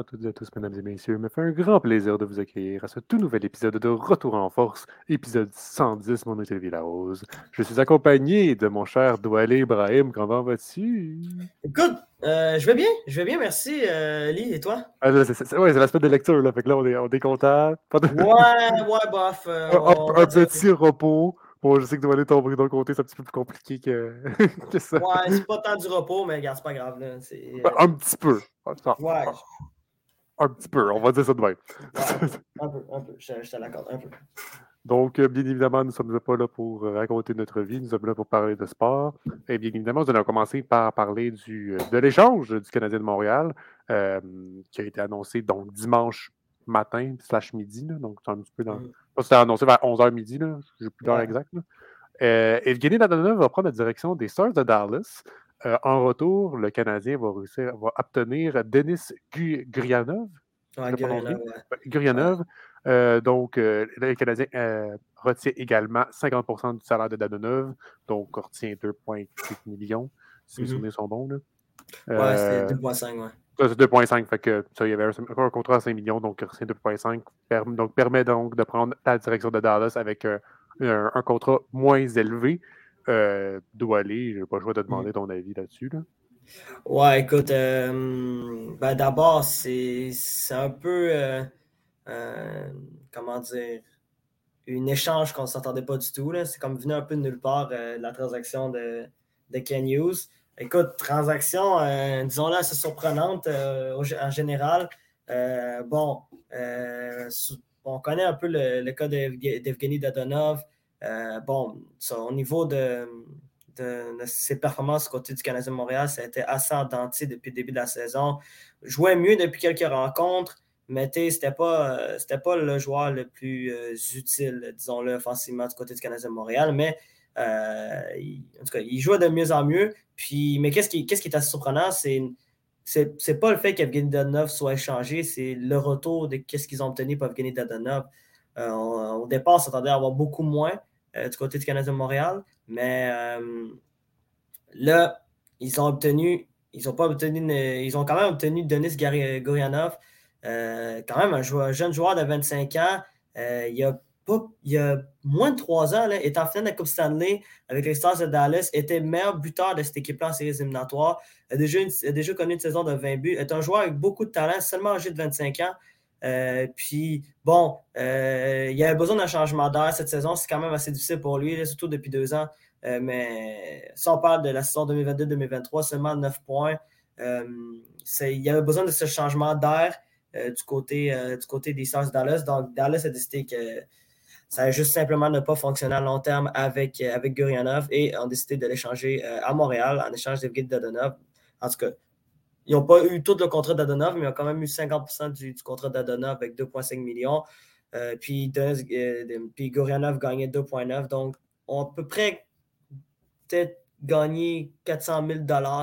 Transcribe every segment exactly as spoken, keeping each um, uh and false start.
toutes et à tous, mesdames et messieurs. Il me fait un grand plaisir de vous accueillir à ce tout nouvel épisode de Retour en force, épisode cent dix, mon nom est Olivier Larose. Je suis accompagné de mon cher Doualé Ibrahim. Comment vas-tu? Écoute, euh, je vais bien, je vais bien, merci, euh, Lee, et toi? Ah, là, c'est, c'est- ouais, c'est l'aspect de lecture, là. Fait que là, on est, on est content. Pas de- Ouais, ouais, bof, euh, un, on un- un va dire. petit repos. Bon, je sais que Doualé, ton, ton côté, c'est un petit peu plus compliqué que, que ça. Ouais, c'est pas tant du repos, mais regarde, c'est pas grave, là. C'est, euh, Un petit peu. Enfin, ouais, un petit peu, on va dire ça de même. ouais, un peu, un peu, un peu, je, je te l'accorde, un peu. Donc, euh, bien évidemment, nous ne sommes pas là pour euh, raconter notre vie, nous sommes là pour parler de sport. Et bien évidemment, nous allons commencer par parler du, euh, de l'échange du Canadien de Montréal, euh, qui a été annoncé donc dimanche matin slash midi. Là, donc, c'est un petit peu dans. Mm. C'était annoncé vers onze heures midi, là, je n'ai plus l'heure Ouais, exacte. Là. Euh, Evgeny Dadonov va prendre la direction des Stars de Dallas. Euh, en retour, le Canadien va réussir, va obtenir Denis Gu- Gurianov, je ouais, le prononce bien, Gurianov, ouais, Ouais, ouais. Gurianov. Euh, donc, euh, le Canadien euh, retient également cinquante pour cent du salaire de Dadonov, donc on retient deux virgule huit millions, si mes Mhm. souvenirs sont bons. Là. Ouais, c'était Euh, deux virgule cinq, ouais. ça, c'est deux virgule cinq, fait que ça, il y avait un, encore un contrat à cinq millions, donc il retient deux virgule cinq, per- donc permet donc de prendre la direction de Dallas avec euh, un, un contrat moins élevé. Euh, D'où aller, je n'ai pas le choix de Mm. demander ton avis là-dessus. Là. Ouais, écoute, euh, ben d'abord, c'est, c'est un peu, euh, euh, comment dire, un échange qu'on ne s'attendait pas du tout, là. C'est comme venu un peu de nulle part, euh, la transaction de, de Ken Hughes. Écoute, transaction, euh, disons-le, assez surprenante euh, au- en général. Euh, bon, euh, on connaît un peu le, le cas d'Ev- d'Evgeny Dadonov. Euh, bon, ça, au niveau de, de, de ses performances du côté du Canadien de Montréal, ça a été assez en dents de scie depuis le début de la saison. Jouait mieux depuis quelques rencontres. Mais c'était pas, euh, c'était pas le joueur le plus euh, utile, disons-le, offensivement du côté du Canadien de Montréal. Mais euh, il, en tout cas, il jouait de mieux en mieux. Puis, mais qu'est-ce qui, qu'est-ce qui est assez surprenant, c'est, c'est, c'est pas le fait qu'Evgeny Dadonov soit échangé, c'est le retour de qu'est-ce qu'ils ont obtenu pour Evgeny Dadonov. Euh, on, au départ, on s'attendait à avoir beaucoup moins euh, du côté du Canadien de Montréal. Mais euh, là, ils ont obtenu, ils ont pas obtenu, une- ils ont quand même obtenu Denis Gari- Gurianov, euh, quand même un, joueur- un jeune joueur de vingt-cinq ans. Euh, il, y a pas, il y a moins de trois ans, là, étant en finale de la Coupe Stanley avec les Stars de Dallas, était meilleur buteur de cette équipe-là en séries éliminatoires. A déjà, une- a déjà connu une saison de vingt buts. Est un joueur avec beaucoup de talent, seulement âgé de vingt-cinq ans. Euh, puis, bon, euh, il y avait besoin d'un changement d'air cette saison. C'est quand même assez difficile pour lui, là, surtout depuis deux ans. Euh, mais si on parle de la saison deux mille vingt-deux deux mille vingt-trois, seulement neuf points. Euh, c'est, il y avait besoin de ce changement d'air euh, du, côté, euh, du côté des Stars de Dallas. Donc, Dallas a décidé que ça allait juste simplement ne pas fonctionner à long terme avec, euh, avec Gurianov et ont décidé de l'échanger euh, à Montréal en échange d'Evgeny Dadonov. En tout cas, ils n'ont pas eu tout le contrat d'Adonov, mais ils ont quand même eu cinquante pour cent du, du contrat d'Adonov avec deux virgule cinq millions. Euh, puis, euh, puis Gurianov gagnait deux virgule neuf. Donc, on à peu près peut-être gagner quatre cent mille dollars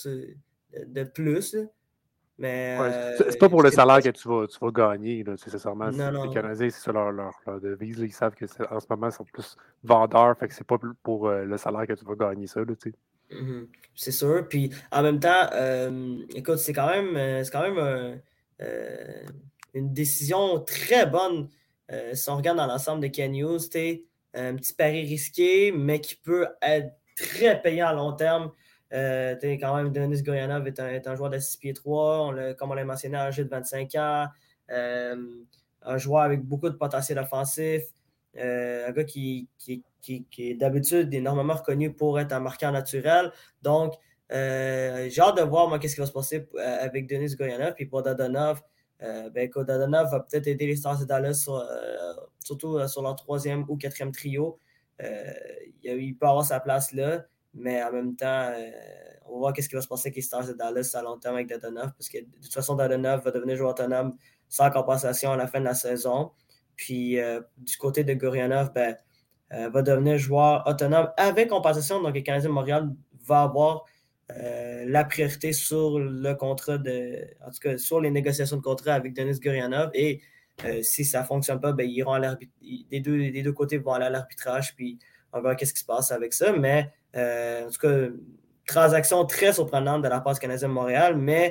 de plus. Mais Ouais, c'est c'est pas euh, pour le c'est pas. salaire que tu vas, tu vas gagner, là, nécessairement. Non, Les non. Canadiens, c'est ça leur, leur, leur devise. Là, ils savent qu'en ce moment, ils sont plus vendeurs, fait que c'est pas pour euh, le salaire que tu vas gagner ça. Là, tu sais. Mhm. C'est sûr. Puis en même temps, euh, écoute, c'est quand même, euh, c'est quand même euh, euh, une décision très bonne euh, si on regarde dans l'ensemble de Ken Hughes. C'est un petit pari risqué, mais qui peut être très payant à long terme. Euh, quand même, Denis Goyanov est un, est un joueur de six pieds trois, on l'a, comme on l'a mentionné, âgé de vingt-cinq ans, euh, un joueur avec beaucoup de potentiel offensif, euh, un gars qui, qui, qui, qui est d'habitude énormément reconnu pour être un marqueur naturel. Donc, euh, j'ai hâte de voir moi qu'est-ce qui va se passer euh, avec Denis Goyanov. Puis pour Dadonov, euh, ben, écoute, Dadonov va peut-être aider les Stars de Dallas, sur, euh, surtout euh, sur leur troisième ou quatrième trio. Euh, il, il peut avoir sa place là, mais en même temps, euh, on va voir qu'est-ce qui va se passer avec les Stars de Dallas à long terme avec Dadonov, parce que de toute façon, Dadonov va devenir joueur autonome sans compensation à la fin de la saison. Puis euh, du côté de Gurianov, ben, euh, va devenir joueur autonome avec compensation. Donc, le Canadien de Montréal va avoir euh, la priorité sur le contrat de. En tout cas, sur les négociations de contrat avec Denis Gurianov. Et euh, si ça ne fonctionne pas, ben, ils iront à l'arbitre. Les deux, les deux côtés vont aller à l'arbitrage. Puis on verra qu'est-ce qui se passe avec ça. Mais euh, en tout cas, transaction très surprenante de la part du Canadien de Montréal. Mais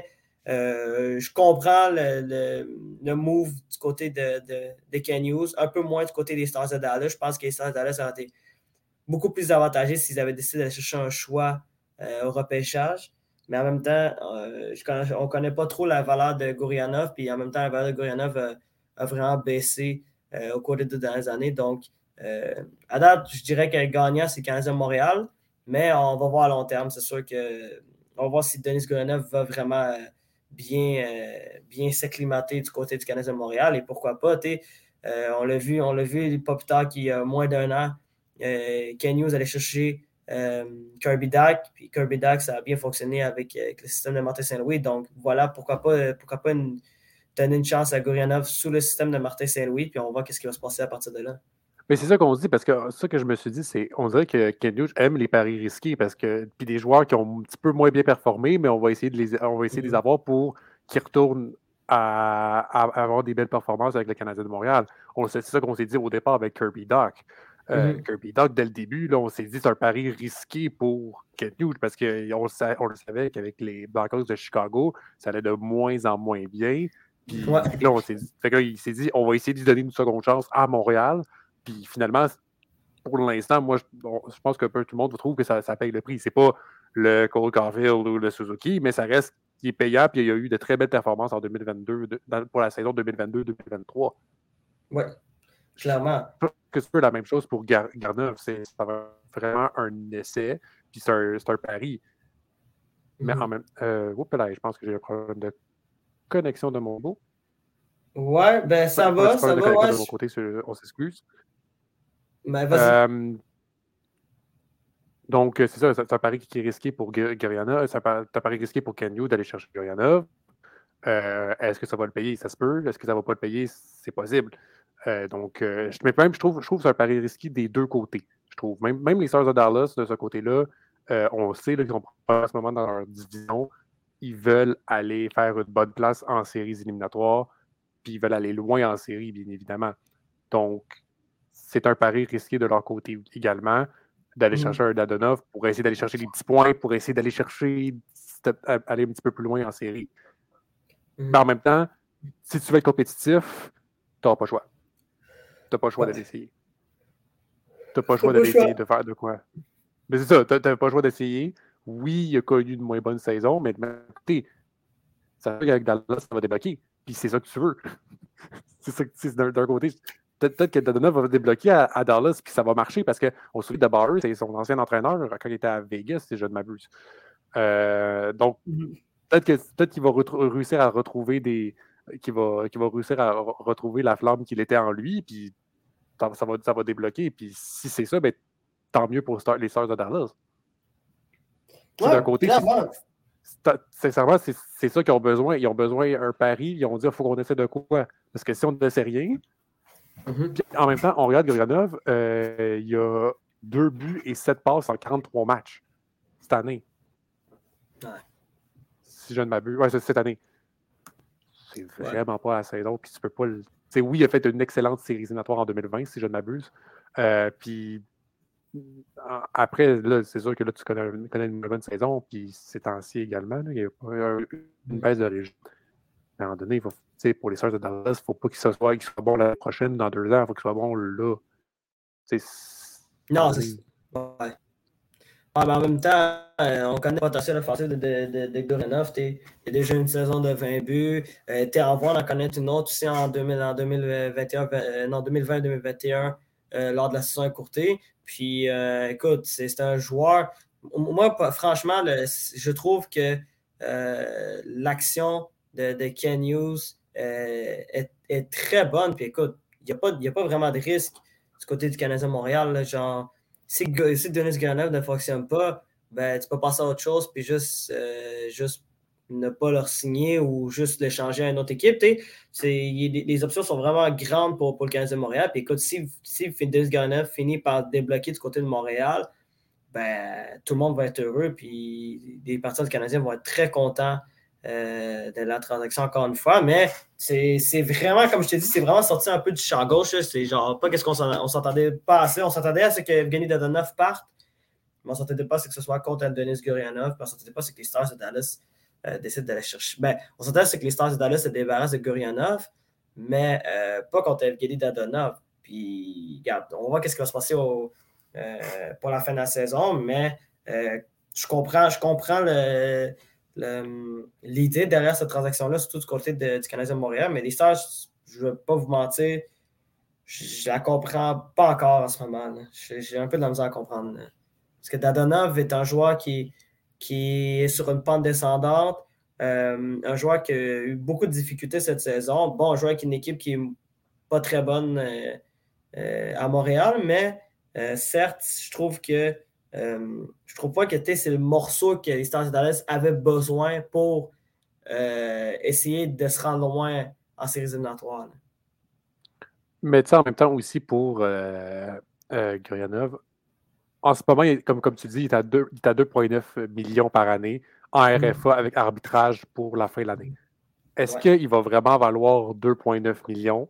Euh, je comprends le, le, le move du côté de, de, de Ken Hughes, un peu moins du côté des Stars de Dallas. Je pense que les Stars de Dallas auraient été beaucoup plus avantagés s'ils avaient décidé d'aller chercher un choix euh, au repêchage. Mais en même temps, euh, je connais, on ne connaît pas trop la valeur de Gurianov, puis en même temps, la valeur de Gurianov a, a vraiment baissé euh, au cours des deux dernières années. Donc, euh, à date, je dirais que le gagnant, c'est le Canadien de Montréal, mais on va voir à long terme. C'est sûr que on va voir si Denis Gurianov va vraiment euh, bien, euh, bien s'acclimater du côté du Canadien de Montréal. Et pourquoi pas, euh, on l'a vu, on l'a vu pas plus tard qu'il y a moins d'un an, euh, Ken Hughes allait chercher euh, Kirby Dack, puis Kirby Dack, ça a bien fonctionné avec, avec le système de Martin Saint-Louis. Donc voilà, pourquoi pas, pourquoi pas une, donner une chance à Gurianov sous le système de Martin Saint-Louis, puis on voit ce qui va se passer à partir de là. Mais c'est ça qu'on se dit, parce que ça que je me suis dit, c'est on dirait que Ken Hughes aime les paris risqués, parce que puis des joueurs qui ont un petit peu moins bien performé, mais on va essayer de les, on va essayer de les avoir pour qu'ils retournent à, à avoir des belles performances avec le Canadien de Montréal. On, c'est ça qu'on s'est dit au départ avec Kirby Dach. Euh, mm-hmm. Kirby Dach, dès le début, là, on s'est dit c'est un pari risqué pour Ken Hughes, parce qu'on on le savait qu'avec les Blackhawks de Chicago, ça allait de moins en moins bien. Puis ouais. là, on s'est dit, fait que là, il s'est dit, on va essayer de lui donner une seconde chance à Montréal. Puis finalement, pour l'instant, moi, je, bon, je pense que peu, tout le monde trouve que ça, ça paye le prix. C'est pas le Cole Caulfield ou le Suzuki, mais ça reste qui est payant. Puis il y a eu de très belles performances en deux mille vingt-deux de, dans, pour la saison deux mille vingt-deux deux mille vingt-trois. Oui, clairement. Je pense que c'est la même chose pour Gar- Garneau. C'est vraiment un essai, puis c'est un, c'est un pari. Mais mm-hmm. en même temps, euh, là, je pense que j'ai un problème de connexion de mon beau. Ouais, ben ça ouais, va, ça va. Ouais, de mon côté, on s'excuse. Mais vas-y. Euh, donc, c'est ça, c'est un pari qui est risqué pour Gurianov. C'est un pari risqué pour Ken Hughes d'aller chercher Gurianov. Euh, est-ce que ça va le payer? Ça se peut. Est-ce que ça ne va pas le payer? C'est possible. Euh, donc, euh, mais même, je trouve, je trouve que c'est un pari risqué des deux côtés. Je trouve. Même, même les Stars de Dallas, de ce côté-là, euh, on sait là, qu'ils sont en ce moment dans leur division. Ils veulent aller faire une bonne place en séries éliminatoires, puis ils veulent aller loin en série, bien évidemment. Donc, c'est un pari risqué de leur côté également, d'aller mmh. chercher un Dadonov pour essayer d'aller chercher les petits points, pour essayer d'aller chercher, aller un petit peu plus loin en série. Mmh. Mais en même temps, si tu veux être compétitif, tu n'auras pas le choix. Tu n'as pas le choix ouais. d'aller essayer. Tu n'as pas le choix d'aller essayer de faire de quoi. Mais c'est ça, tu n'as pas le choix d'essayer. Oui, il a connu une moins bonne saison, mais de même côté, ça veut qu'avec Dallas, ça va débloquer. Puis c'est ça que tu veux. c'est ça que c'est d'un, d'un côté. Peut-être que Dadonov va débloquer à, à Dallas, puis ça va marcher parce qu'on se souvient de Bauer, c'est son ancien entraîneur quand il était à Vegas, si je ne m'abuse. Euh, donc, mm-hmm. peut-être, que, peut-être qu'il va re- réussir à retrouver des. Qu'il va, qu'il va réussir à re- retrouver la flamme qu'il était en lui, puis ça, ça, va, ça va débloquer. Puis si c'est ça, ben, tant mieux pour les Stars de Dallas. Ouais, d'un côté, c'est, sincèrement, c'est, c'est ça qu'ils ont besoin. Ils ont besoin d'un pari. Ils ont dit il faut qu'on essaie de quoi? Parce que si on ne sait rien, mm-hmm. puis, en même temps, on regarde Gurianov, euh, il y a deux buts et sept passes en quarante-trois matchs cette année. Ouais. Si je ne m'abuse. Ouais, c'est cette année. C'est vraiment ouais. pas la saison. Puis tu peux pas le. T'sais, oui, il a fait une excellente série éliminatoire en deux mille vingt, si je ne m'abuse. Euh, puis après, là, c'est sûr que là, tu connais, connais une bonne saison, puis c'est temps-ci également. Là, il y a pas une baisse de régime. À un moment donné, il faut, pour les Stars de Dallas, il ne faut pas qu'il soit, qu'il soit bon l'année prochaine, dans deux ans, il faut qu'il soit bon là. C'est, non, c'est. Ouais. Ah, mais en même temps, euh, on connaît le potentiel offensif de, de, de, de Gurianov. Il y a déjà une saison de vingt buts. Euh, Teravois en connaît une autre aussi en, deux mille, en deux mille vingt et un, euh, non, deux mille vingt deux mille vingt et un euh, lors de la saison écourtée. Puis, euh, écoute, c'est, c'est un joueur. Moi, franchement, le, je trouve que euh, l'action de, de Ken Hughes euh, est, est très bonne. Puis, écoute, il n'y a, a pas vraiment de risque du côté du Canadien Montréal. Là, genre. Si, si Denis Gurianov ne fonctionne pas, ben, tu peux passer à autre chose puis juste, euh, juste ne pas leur signer ou juste l'échanger à une autre équipe. C'est, y, les options sont vraiment grandes pour, pour le Canadien de Montréal. Puis écoute, si, si Denis Gurianov finit par débloquer du côté de Montréal, ben, tout le monde va être heureux. Puis les partisans du Canadien vont être très contents euh, de la transaction encore une fois. Mais c'est, c'est vraiment, comme je t'ai dit, c'est vraiment sorti un peu du champ gauche. Là. C'est genre pas qu'est-ce qu'on s'en, on s'entendait pas assez. On s'attendait à ce que Evgeny Dadonov parte, mais on s'entendait pas à ce que ce soit contre Denis Gurianov, puis on s'entendait pas à ce que les Stars de Dallas euh, décide d'aller chercher. Ben, on s'entend c'est que les Stars de Dallas se débarrassent de Gurianov, mais euh, pas contre Evgeny Dadonov. Puis, regarde, on voit ce qui va se passer au, euh, pour la fin de la saison, mais euh, je comprends, je comprends le, le, l'idée derrière cette transaction-là, surtout du côté de, du Canadien de Montréal, mais les Stars, je ne vais pas vous mentir, je ne la comprends pas encore en ce moment. J'ai, j'ai un peu de la misère à comprendre. Là. Parce que Dadonov est un joueur qui, qui est sur une pente descendante, euh, un joueur qui a eu beaucoup de difficultés cette saison. Bon, un joueur qui est une équipe qui n'est pas très bonne euh, euh, à Montréal, mais euh, certes, je trouve que euh, je trouve pas que c'est le morceau que les Stars de Dallas avaient besoin pour euh, essayer de se rendre loin en séries éliminatoires. Là. Mais tu sais, en même temps aussi pour euh, euh, Gurianov, en ce moment, il, comme, comme tu dis, il est à deux virgule neuf millions par année en R F A avec arbitrage pour la fin de l'année. Est-ce Ouais. qu'il va vraiment valoir deux virgule neuf millions?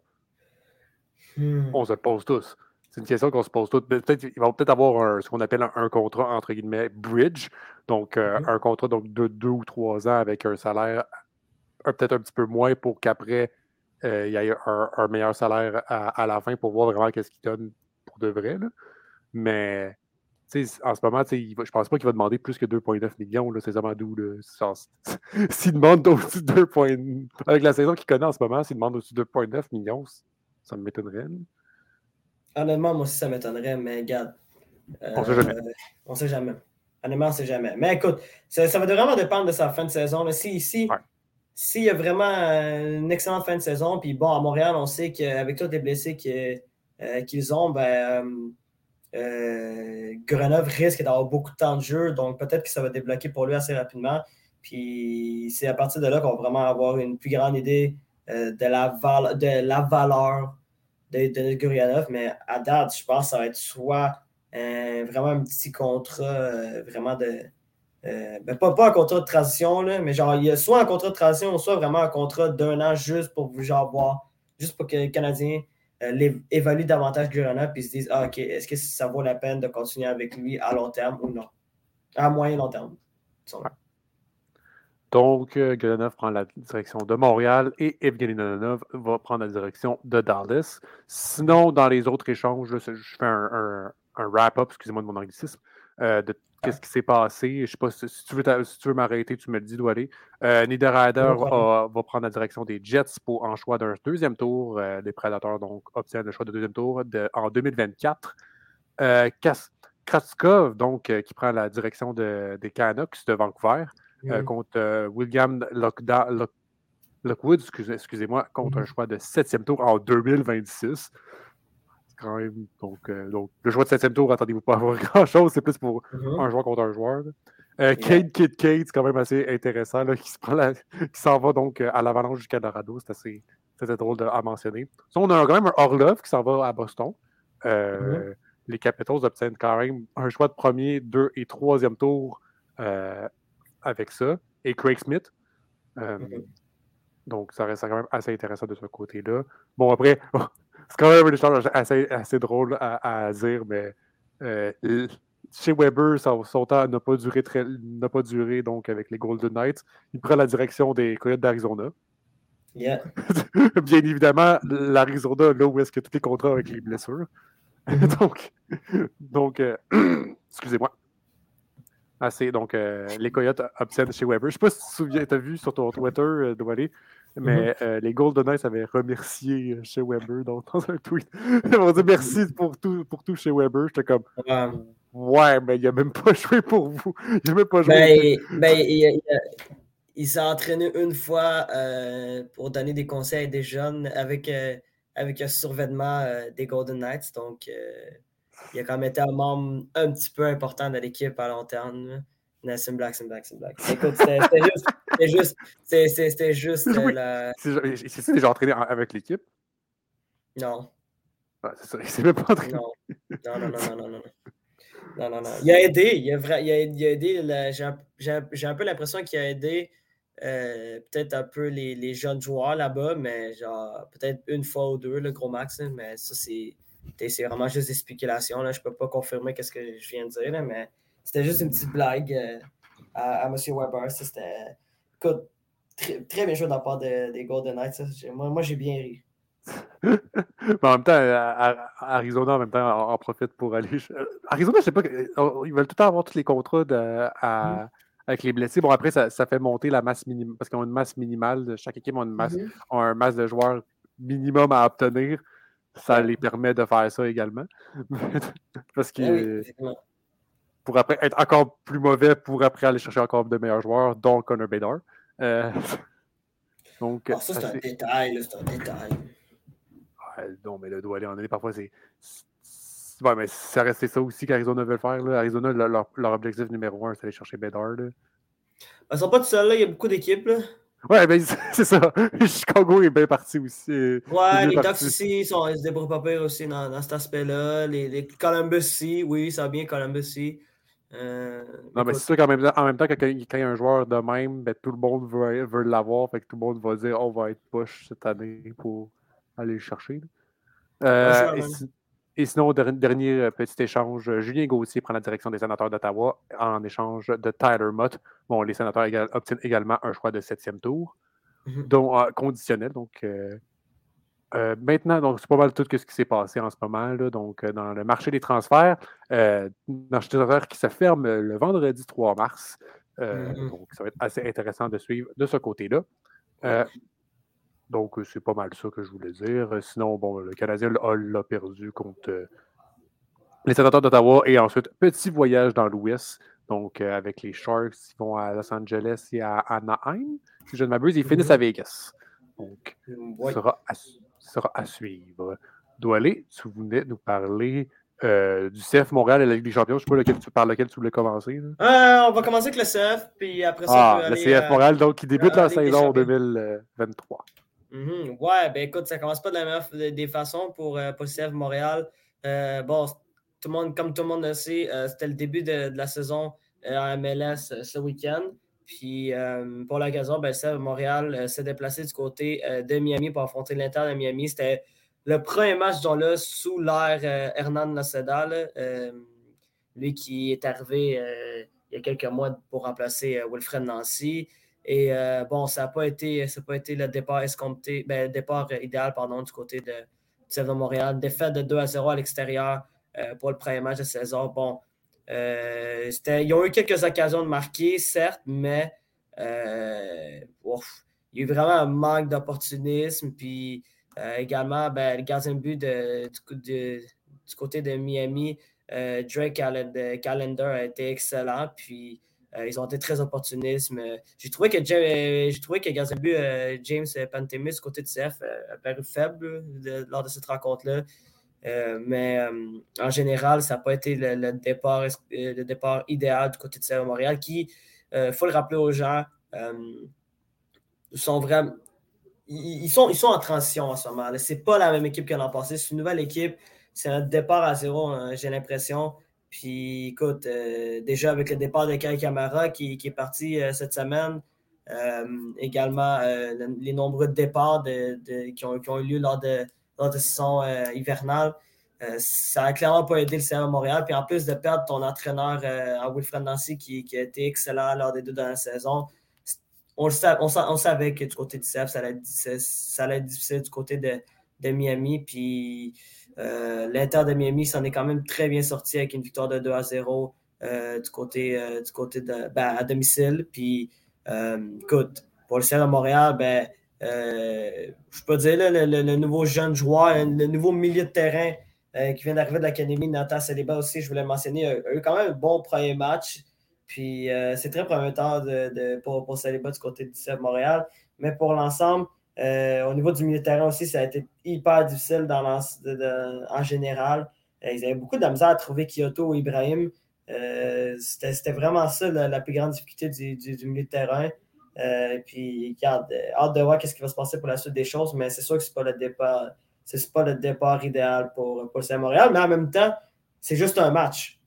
Hmm. On se le pose tous. C'est une question qu'on se pose tous. Peut-être, il va peut-être avoir un, ce qu'on appelle un, un contrat, entre guillemets, bridge. Donc, euh, Mm-hmm. un contrat donc, de deux ou trois ans avec un salaire un, peut-être un petit peu moins pour qu'après, euh, il y ait un, un meilleur salaire à, à la fin pour voir vraiment qu'est-ce qu'il donne pour de vrai. Là. Mais en ce moment, il va, je pense pas qu'il va demander plus que deux virgule neuf millions. Là, c'est vraiment d'où. S'il demande au-dessus de deux. Avec la saison qu'il connaît en ce moment, s'il demande au-dessus de deux virgule neuf millions, ça me m'étonnerait. Là. Honnêtement, moi aussi, ça m'étonnerait, mais regarde. Euh, on sait jamais. On sait jamais. Honnêtement, on sait jamais. Mais écoute, ça, ça va vraiment dépendre de sa fin de saison. Là. Si, si, Ouais. S'il y a vraiment une excellente fin de saison, puis bon, à Montréal, on sait qu'avec tous les blessés qu'ils, euh, qu'ils ont, ben, euh, Gurianov risque d'avoir beaucoup de temps de jeu, donc peut-être que ça va débloquer pour lui assez rapidement. Puis c'est à partir de là qu'on va vraiment avoir une plus grande idée euh, de, la val- de la valeur de, de Gurianov. Mais à date, je pense que ça va être soit euh, vraiment un petit contrat euh, vraiment de. Euh, ben pas, pas un contrat de transition, là, mais genre, il y a soit un contrat de transition, soit vraiment un contrat d'un an juste pour vous genre voir, juste pour que le Canadien euh, évalue davantage Gurianov et se dise ah, ok, est-ce que ça vaut la peine de continuer avec lui à long terme ou non? À moyen long terme. Ouais. Donc, euh, Gurianov prend la direction de Montréal et Evgeny Dadonov va prendre la direction de Dallas. Sinon, dans les autres échanges, là, je fais un, un, un wrap-up, excusez-moi de mon anglicisme, euh, de qu'est-ce qui s'est passé. Je ne sais pas si, si tu veux, si tu veux m'arrêter, tu me le dis d'où aller. Euh, Niederreiter va, va prendre la direction des Jets pour en choix d'un deuxième tour. Euh, les Prédateurs donc obtiennent le choix de deuxième tour de, en deux mille vingt-quatre. Euh, Kraskov, donc, euh, qui prend la direction de, des Canucks de Vancouver. Euh, contre euh, William Lockda, Lock, Lockwood, excusez, excusez-moi, contre mm-hmm. un choix de septième tour en deux mille vingt-six. C'est quand même, donc, euh, donc, le choix de septième tour, attendez-vous pas à avoir grand-chose, c'est plus pour mm-hmm. un joueur contre un joueur. Euh, Kate yeah. Kid Kate, c'est quand même assez intéressant, là, qui, se prend la, qui s'en va donc à l'Avalanche du Colorado. C'est assez, c'est assez drôle de, à mentionner. So, on a quand même un Orlov qui s'en va à Boston. Euh, mm-hmm. Les Capitals obtiennent quand même un choix de premier, deux et troisième tour euh, avec ça, et Craig Smith. Euh, mm-hmm. Donc, ça reste quand même assez intéressant de ce côté-là. Bon, après, oh, c'est quand même un échange assez, assez drôle à, à dire, mais euh, chez Weber, son, son temps n'a pas duré très, n'a pas duré donc avec les Golden Knights. Il prend la direction des Coyotes d'Arizona. Yeah. Bien évidemment, l'Arizona, là où est-ce que tous les contrats avec les blessures. Mm-hmm. donc, donc euh, excusez-moi. Assez, donc, euh, les Coyotes obtiennent chez Weber. Je ne sais pas si tu te souviens, tu as vu sur ton Twitter, euh, Doualé, mais mm-hmm. euh, les Golden Knights avaient remercié chez Weber donc, dans un tweet. Ils m'ont dit merci pour tout, pour tout chez Weber. J'étais comme, ouais, ouais mais il n'a même pas joué pour vous. Il n'a même pas joué. Ben, ben, il, il, il s'est entraîné une fois euh, pour donner des conseils à des jeunes avec, euh, avec un survêtement euh, des Golden Knights. Donc, euh, il a quand même été un membre un petit peu important de l'équipe à long terme. Non, c'est une blague, c'est une blague, c'est une blague. Écoute, c'était, c'était juste. C'était juste. C'était, c'était juste oui. la... C'est déjà entraîné avec l'équipe? Non. Ah, c'est ça, il s'est même pas entraîné. Non. Non, non, non, non, non, non. Non, non, non. Il a aidé. Il a, vra... il a, il a aidé. La... J'ai, un... J'ai un peu l'impression qu'il a aidé euh, peut-être un peu les, les jeunes joueurs là-bas, mais genre peut-être une fois ou deux, le gros max. Hein, mais ça, c'est. C'est vraiment juste des spéculations. Là. Je ne peux pas confirmer ce que je viens de dire, là, mais c'était juste une petite blague euh, à, à M. Weber. Ça, c'était... écoute, très, très bien joué de la part de, des Golden Knights. Ça. Moi, moi j'ai bien ri. Mais en même temps, à, à Arizona, en même temps, en, en profite pour aller. Arizona, je sais pas, ils veulent tout le temps avoir tous les contrats de, à, mm-hmm. avec les blessés. Bon, après, ça, ça fait monter la masse minimale, parce qu'ils ont une masse minimale. Chaque équipe a une masse, mm-hmm. a un masse de joueurs minimum à obtenir. Ça ouais. les permet de faire ça également. Parce que oui, pour après être encore plus mauvais, pour après aller chercher encore de meilleurs joueurs, dont Connor Bedard. Euh, donc, ah, ça, c'est, c'est un détail, là, c'est un détail. Ouais, non, mais le doit aller en année, parfois, c'est. c'est... Ouais, mais ça restait ça aussi qu'Arizona veut le faire. Là. Arizona, leur, leur objectif numéro un, c'est d'aller chercher Bedard. Là. Ils ne sont pas tout seuls, là. Il y a beaucoup d'équipes. Là. Ouais, ben c'est ça. Chicago est bien parti aussi. Ouais, les Ducks aussi, ils, sont, ils se débrouillent pas pire aussi dans, dans cet aspect-là. Les, les Columbus aussi, oui, ça va bien, Columbus aussi. Euh, non, mais c'est sûr qu'en même temps, en même temps quand, quand il y a un joueur de même, ben, tout le monde veut, veut l'avoir. Fait que tout le monde va dire on va être push cette année pour aller le chercher. Euh, et, si, et sinon, dernier petit échange, Julien Gauthier prend la direction des Sénateurs d'Ottawa en échange de Tyler Mott. Bon, les Sénateurs égal, obtiennent également un choix de septième tour, mm-hmm. dont euh, conditionnel. Donc, euh, euh, maintenant, donc c'est pas mal tout ce qui s'est passé en ce moment. Là, donc, euh, dans le marché des transferts, euh, marché des transferts qui se ferme le vendredi trois mars. Euh, mm-hmm. Donc, ça va être assez intéressant de suivre de ce côté-là. Euh, Donc, c'est pas mal ça que je voulais dire. Sinon, bon, le Canadien l'a perdu contre euh, les Sénateurs d'Ottawa. Et ensuite, petit voyage dans l'Ouest. Donc, euh, avec les Sharks, ils vont à Los Angeles et à Anaheim. Si je ne m'abuse, ils finissent mm-hmm. à Vegas. Donc, ouais. sera, à, sera à suivre. Doualé, tu venais nous parler euh, du C F Montréal et la Ligue des Champions. Je ne sais pas lequel tu, par lequel tu voulais commencer. Euh, on va commencer avec le C F, puis après ça, ah, on peut le aller... C F Montréal, euh, donc, qui débute la saison deux mille vingt-trois. Mm-hmm. Ouais, ben écoute, ça commence pas de la meilleure des façons pour, euh, pour le C F Montréal. Euh, bon, tout le monde, comme tout le monde le sait, euh, c'était le début de, de la saison euh, en M L S euh, ce week-end. Puis euh, pour l'occasion, ben, le C F Montréal euh, s'est déplacé du côté euh, de Miami pour affronter l'Inter de Miami. C'était le premier match, disons-là, sous l'ère euh, Hernan Noceda, euh, lui qui est arrivé euh, il y a quelques mois pour remplacer euh, Wilfred Nancy. Et euh, bon, ça n'a pas été, ça pas été le départ escompté, ben, le départ idéal pardon, du côté de, du C F de Montréal. Défaite de deux à zéro à l'extérieur euh, pour le premier match de saison. Bon, euh, ils ont eu quelques occasions de marquer, certes, mais euh, ouf, il y a eu vraiment un manque d'opportunisme. Puis euh, également, ben, le gardien de but de, du, de, du côté de Miami, euh, Drake Callender a été excellent. Puis Euh, ils ont été très opportunistes. J'ai trouvé que, euh, j'ai trouvé que gardien de but, euh, James Pantemis, côté de C F, euh, a paru faible de, lors de cette rencontre-là. Euh, mais euh, en général, ça n'a pas été le, le, départ, le départ idéal du côté de C F Montréal, qui, il euh, faut le rappeler aux gens, euh, sont vraiment. Ils, ils, sont, ils sont en transition en ce moment. Ce n'est pas la même équipe que l'an passé. C'est une nouvelle équipe. C'est un départ à zéro, hein, j'ai l'impression. Puis, écoute, euh, déjà avec le départ de Kyle Camara qui, qui est parti euh, cette semaine, euh, également euh, le, les nombreux départs de, de, qui, ont, qui ont eu lieu lors de, lors de saison euh, hivernale, euh, ça n'a clairement pas aidé le C F Montréal. Puis en plus de perdre ton entraîneur euh, Wilfred Nancy qui, qui a été excellent lors des deux dernières saisons, on, le sa- on, on savait que du côté du C F, ça allait, ça, ça allait être difficile du côté de, de Miami. Puis euh, l'Inter de Miami s'en est quand même très bien sorti avec une victoire de deux à zéro euh, du côté, euh, du côté de, ben, à domicile. Puis, euh, écoute, pour le C F de Montréal, ben, euh, je peux dire là, le, le, le nouveau jeune joueur, le nouveau milieu de terrain euh, qui vient d'arriver de l'Académie, Nathan Saliba aussi, je voulais le mentionner, a, a eu quand même un bon premier match. Puis euh, c'est très prometteur de, de, pour, pour Saliba du côté du C F de Montréal. Mais pour l'ensemble, Euh, au niveau du milieu de terrain aussi, ça a été hyper difficile dans de, de, en général. Euh, ils avaient beaucoup de misère à trouver Kyoto ou Ibrahim. Euh, c'était, c'était vraiment ça la, la plus grande difficulté du, du, du milieu de terrain. Euh, puis, regarde, hâte de voir ce qui va se passer pour la suite des choses, mais c'est sûr que ce n'est pas le départ, c'est pas le départ idéal pour, pour le C F Montréal, mais en même temps, c'est juste un match.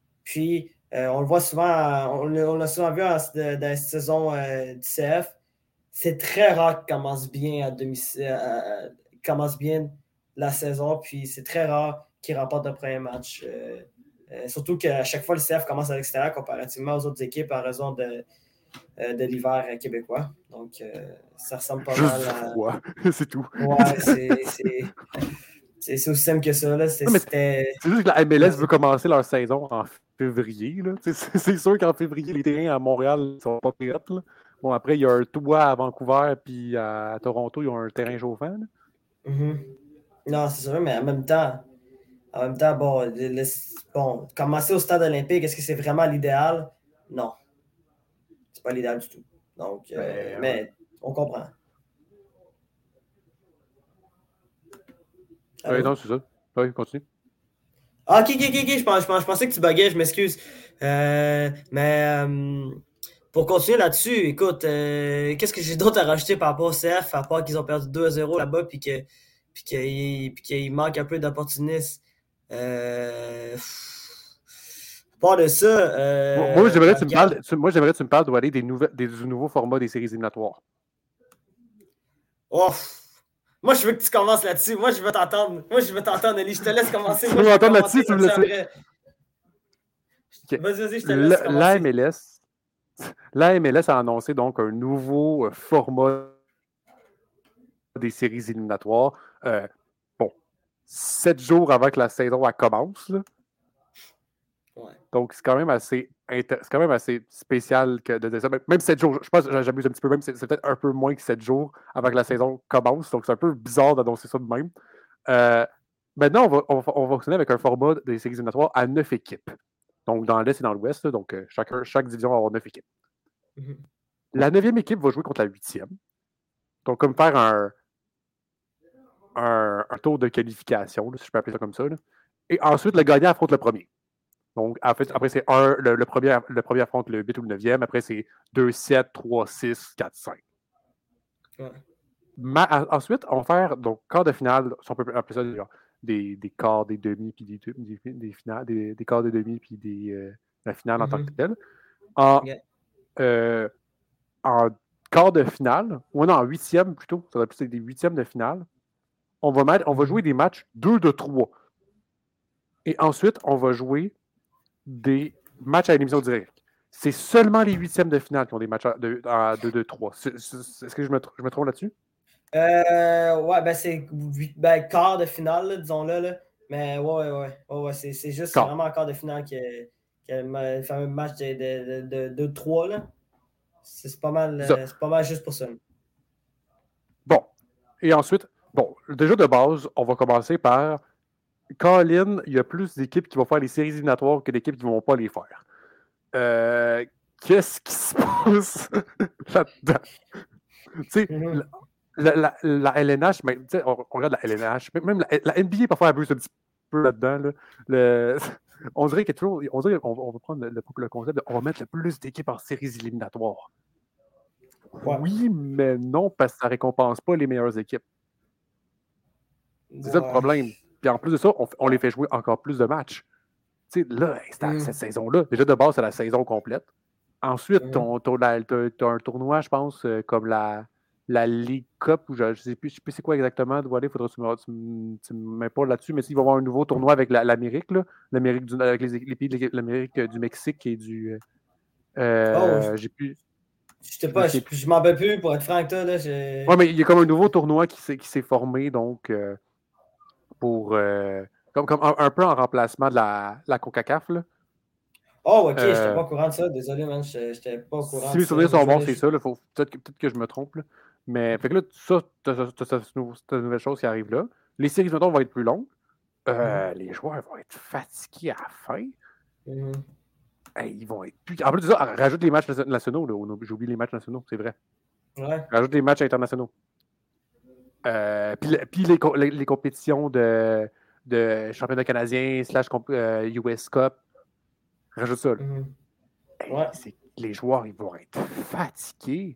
Puis, euh, on le voit souvent, on, on l'a souvent vu dans la saison euh, du C F. C'est très rare qu'il commence bien à domicile, euh, commence bien la saison, puis c'est très rare qu'il remporte le premier match. Euh, euh, surtout qu'à chaque fois, le C F commence à l'extérieur comparativement aux autres équipes en raison de, euh, de l'hiver québécois. Donc, euh, ça ressemble pas Juste mal du à. froid, c'est tout. Ouais, c'est, c'est, c'est, c'est aussi simple que ça. Là. C'est, Non, mais c'était... c'est juste que la M L S Vas-y. veut commencer leur saison en février. Là. C'est, c'est sûr qu'en février, les terrains à Montréal ne sont pas prêts. Là. Bon, après, il y a un toit à Vancouver, puis à Toronto, ils ont un terrain chauffant. Là. Mm-hmm. Non, c'est sûr, mais en même temps, en même temps, bon, le, le, bon, commencer au stade olympique, est-ce que c'est vraiment l'idéal? Non, c'est pas l'idéal du tout. Donc, euh, Ben, mais on comprend. ouais, Allô? non, c'est ça. Oui, continue. Ah, ok, ok, ok, ok, je, pense, je, pense, je pensais que tu buguais, je m'excuse. Euh, mais euh, pour continuer là-dessus, écoute, euh, qu'est-ce que j'ai d'autre à rajouter par rapport au C F, à part qu'ils ont perdu deux à zéro là-bas, puis que, puis qu'il, puis qu'il manque un peu d'opportunisme. Euh, à part de ça, Moi, moi, euh, j'aimerais ben, que tu me regarde. parles, tu- moi, j'aimerais que tu me parles d'aller des, nouvelles, des du nouveau format des séries éliminatoires. Oh, moi, je veux que tu commences là-dessus. Moi, je veux t'entendre. Moi, je veux t'entendre, Eli. Je te laisse commencer. Tu Moi, veux je vais m'entendre commenter là-dessus, tu me là-dessus laisses. après. Okay. Vas-y, vas-y, je te laisse Le- La commencer. M L S, la M L S a annoncé donc un nouveau euh, format des séries éliminatoires. Euh, bon, sept jours avant que la saison elle commence. Là. Ouais. Donc, c'est quand même assez inter... c'est quand même assez spécial que de dire ça. Même sept jours, je pense que j'abuse un petit peu, même c'est, c'est peut-être un peu moins que sept jours avant que la saison commence. Donc, c'est un peu bizarre d'annoncer ça de même. Euh, maintenant, on va, on, va, on va fonctionner avec un format des séries éliminatoires à neuf équipes. Donc, dans l'Est et dans l'Ouest, là, donc euh, chacun, chaque division va avoir neuf équipes. Mm-hmm. La neuvième équipe va jouer contre la huitième. Donc, comme faire un, un, un tour de qualification, là, si je peux appeler ça comme ça. Là. Et ensuite, le gagnant affronte le premier. Donc, en fait, après, c'est un, le, le, premier, le premier affronte le huit ou le neuvième. Après, c'est deux, sept, trois, six, quatre, cinq. Ouais. Ma, ensuite, on va faire, donc, quart de finale, si on peut appeler ça genre, des, des quarts, des demi, puis des, des, des, finales, des, des quarts, des demi, puis des, euh, la finale en Mm-hmm. tant que telle. En, Yeah. euh, en quart de finale, ou non, en huitième plutôt, ça va plus être des huitièmes de finale, on va, mettre, on va Mm-hmm. jouer des matchs deux de trois. Et ensuite, on va jouer des matchs à élimination directe. C'est seulement les huitièmes de finale qui ont des matchs à deux de trois. Est-ce que je me, je me trompe là-dessus? Euh, ouais, ben c'est ben, quart de finale, disons-le. Là. Mais ouais, ouais, ouais. ouais, ouais c'est, c'est juste Quart. vraiment un quart de finale qui a le fameux match de deux trois. Là. C'est, c'est, pas mal, C'est, c'est pas mal juste pour ça. bon. Et ensuite, bon, déjà de base, on va commencer par Colin, il y a plus d'équipes qui vont faire les séries éliminatoires que d'équipes qui ne vont pas les faire. Euh, qu'est-ce qui se passe là-dedans? Tu sais, Mm-hmm. la, la, la L N H, mais, on, on regarde la L N H, même la, la N B A parfois abuse un petit peu là-dedans. Là. Le, on dirait qu'il y a toujours, on dirait on, on va prendre le, le concept de, on va mettre le plus d'équipes en séries éliminatoires. Ouais. Oui, mais non, parce que ça ne récompense pas les meilleures équipes. C'est ouais. ça le problème. Puis en plus de ça, on, on les fait jouer encore plus de matchs. Tu sais, là, mm. cette saison-là, déjà de base, c'est la saison complète. Ensuite, mm. tu as un tournoi, je pense, euh, comme la, la League Cup, ou je ne sais plus, je sais plus c'est quoi exactement. Il faudra que tu me, tu, tu me mets pas là-dessus, mais s'il va y avoir un nouveau tournoi avec la, l'Amérique, là, l'Amérique du, avec les, les pays de l'Amérique du Mexique et du. Euh, oh, j'ai plus. Je sais pas, je, je m'en peux plus pour être franc avec toi. Là, ouais, mais il y a comme un nouveau tournoi qui s'est, qui s'est formé, donc, euh, pour. Euh, comme, comme un, un peu en remplacement de la, la CONCACAF, là. Oh, ok, euh, j'étais pas au courant de ça. Désolé, man, j'étais pas au courant si de mes ça. souvenirs sont bons, Désolé, c'est je... ça. Là, faut, peut-être, que, peut-être que je me trompe. Là. Mais fait que là, ça, tu as cette nouvelle chose qui arrive là. Les séries vont être plus longues. Euh, mm-hmm. Les joueurs vont être fatigués à la fin. Mm-hmm. Hey, ils vont être plus... En plus de ça, rajoute les matchs nationaux. Là. J'ai oublié les matchs nationaux, c'est vrai. Ouais. Rajoute les matchs internationaux. Euh, puis puis les, les, les compétitions de, de championnat canadien slash euh, U S Cup. Rajoute ça. Mm-hmm. Hey, ouais. C'est, les joueurs, ils vont être fatigués.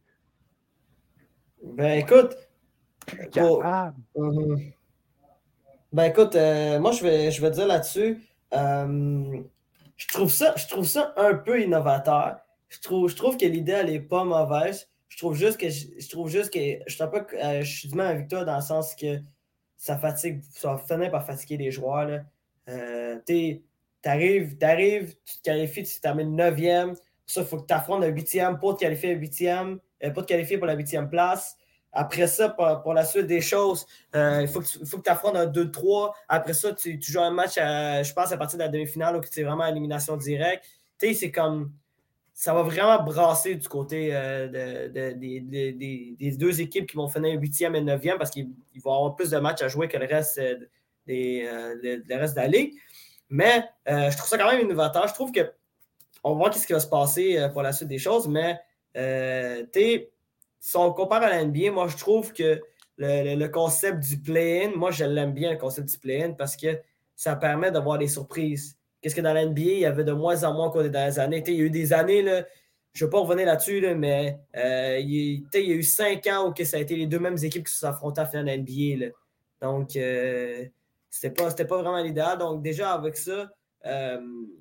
Ben écoute. Plus capable. Pour... Mm-hmm. Ben écoute, euh, moi je vais, je vais dire là-dessus. Euh, je, trouve ça, je trouve ça un peu innovateur. Je trouve, je trouve que l'idée, elle est pas mauvaise. Je trouve juste que je, je trouve juste que je suis pas euh, je suis du même avec toi dans le sens que ça fatigue, ça finit par fatiguer les joueurs. Là. Euh, t'arrives, t'arrives, tu te qualifies, tu termines neuvième, Ça, il faut que tu affrontes le huitième pour te qualifier, huitième, euh, pour te qualifier pour la huitième place. Après ça, pour, pour la suite des choses, euh, il faut que tu faut que affrontes un deux trois. Après ça, tu, tu joues un match, à, je pense, à partir de la demi-finale où c'est vraiment élimination directe. Tu sais, c'est comme. Ça va vraiment brasser du côté euh, de, de, de, de, des deux équipes qui vont finir huitième et neuvième parce qu'ils vont avoir plus de matchs à jouer que le reste, euh, des, euh, le, le reste de la ligue. Mais euh, je trouve ça quand même innovateur. Je trouve que on va voir ce qui va se passer euh, pour la suite des choses, mais euh, si on compare à la N B A, moi je trouve que le, le, le concept du play-in, moi je l'aime bien le concept du play-in parce que ça permet d'avoir des surprises. Qu'est-ce que dans la N B A, il y avait de moins en moins au cours des dernières années. T'sais, il y a eu des années, là, je ne vais pas revenir là-dessus, là, mais euh, il, il y a eu cinq ans où que ça a été les deux mêmes équipes qui se sont affrontées à la finale de la N B A. Là. Donc, euh, c'était pas, c'était pas vraiment l'idéal. Donc, déjà avec ça, euh,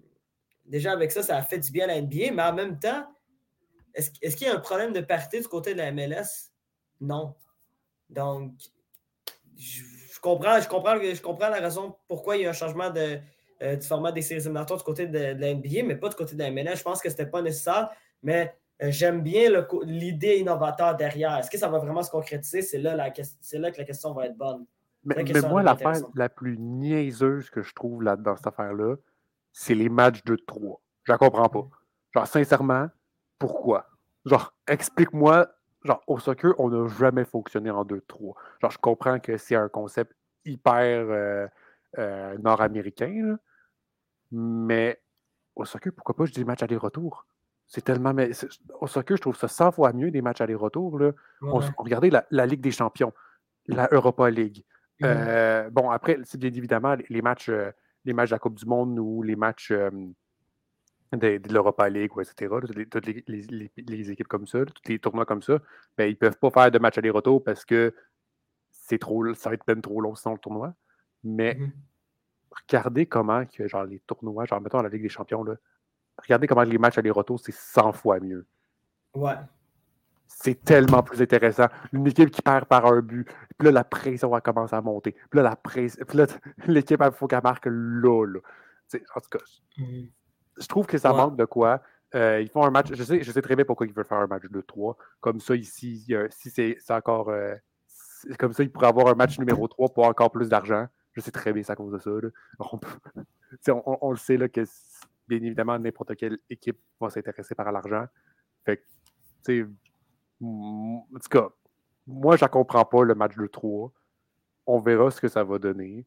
déjà avec ça, ça a fait du bien à la N B A, mais en même temps, est-ce, est-ce qu'il y a un problème de parité du côté de la M L S? Non. Donc, je, je, comprends, je, comprends, je comprends la raison pourquoi il y a un changement de, euh, du format des séries éliminatoires du côté de, de la N B A, mais pas du côté de la M L S. Je pense que ce n'était pas nécessaire, mais euh, j'aime bien le, l'idée innovateur derrière. Est-ce que ça va vraiment se concrétiser? C'est là, la, c'est là que la question va être bonne. Mais, mais moi, l'affaire la plus niaiseuse que je trouve là, dans cette affaire-là, c'est les matchs de trois. Je la comprends pas. Genre, sincèrement, pourquoi? Genre, explique-moi. Genre, au soccer, on n'a jamais fonctionné en deux trois. Genre, je comprends que c'est un concept hyper euh, euh, nord-américain, là, mais au soccer, pourquoi pas je dis des matchs aller-retour? C'est tellement. Mais c'est, au soccer, je trouve ça cent fois mieux des matchs aller-retour. Là. Ouais. On, on regardait la, la Ligue des champions, la Europa League. Mm-hmm. Euh, bon, après, c'est bien évidemment les, les matchs, euh, les matchs de la Coupe du Monde ou les matchs euh, de, de l'Europa League, et cetera. Toutes, les, toutes les, les, les, équipes comme ça, tous les tournois comme ça, ben, ils ne peuvent pas faire de match aller-retour parce que c'est trop, ça va être peine trop long sinon le tournoi. Mais mm-hmm. regardez comment que, genre, les tournois, genre mettons à la Ligue des champions, là, regardez comment les matchs aller-retour, c'est cent fois mieux. Ouais. C'est tellement plus intéressant. Une équipe qui perd par un but, puis là, la pression va commencer à monter. Puis là, la pression, puis là, l'équipe, il faut qu'elle marque là, là. T'sais, en tout cas, mm-hmm. je trouve que ça ouais. manque de quoi. Euh, ils font un match, je sais, je sais très bien pourquoi ils veulent faire un match de trois. Comme ça, ici, euh, si c'est, c'est encore... Euh, c'est comme ça, ils pourraient avoir un match numéro trois pour encore plus d'argent. Je sais très bien c'est à cause de ça. Là. On, peut, on, on, on le sait là, que, bien évidemment, n'importe quelle équipe va s'intéresser par l'argent. Fait que, tu sais... En tout cas, moi, je ne comprends pas le match de trois. On verra ce que ça va donner.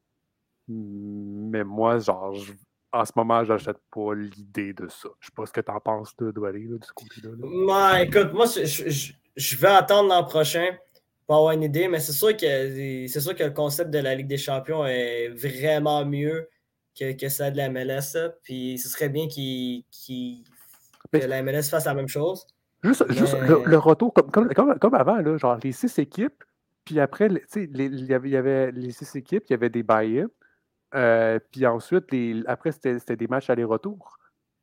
Mais moi, genre, je, en ce moment, je n'achète pas l'idée de ça. Je ne sais pas ce que tu en penses, toi, Doualé, de ce côté-là. Là. Ouais, écoute, moi, je, je, je vais attendre l'an prochain pour avoir une idée, mais c'est sûr que c'est sûr que le concept de la Ligue des champions est vraiment mieux que, que ça de la M L S. Puis ce serait bien qu'il, qu'il, que mais... la M L S fasse la même chose. Juste, mais... juste le, le retour, comme, comme, comme, comme avant, là, genre les six équipes, puis après, tu sais, il y avait, y avait les six équipes, il y avait des buy-ins, euh, puis ensuite, les, après, c'était, c'était des matchs aller-retour.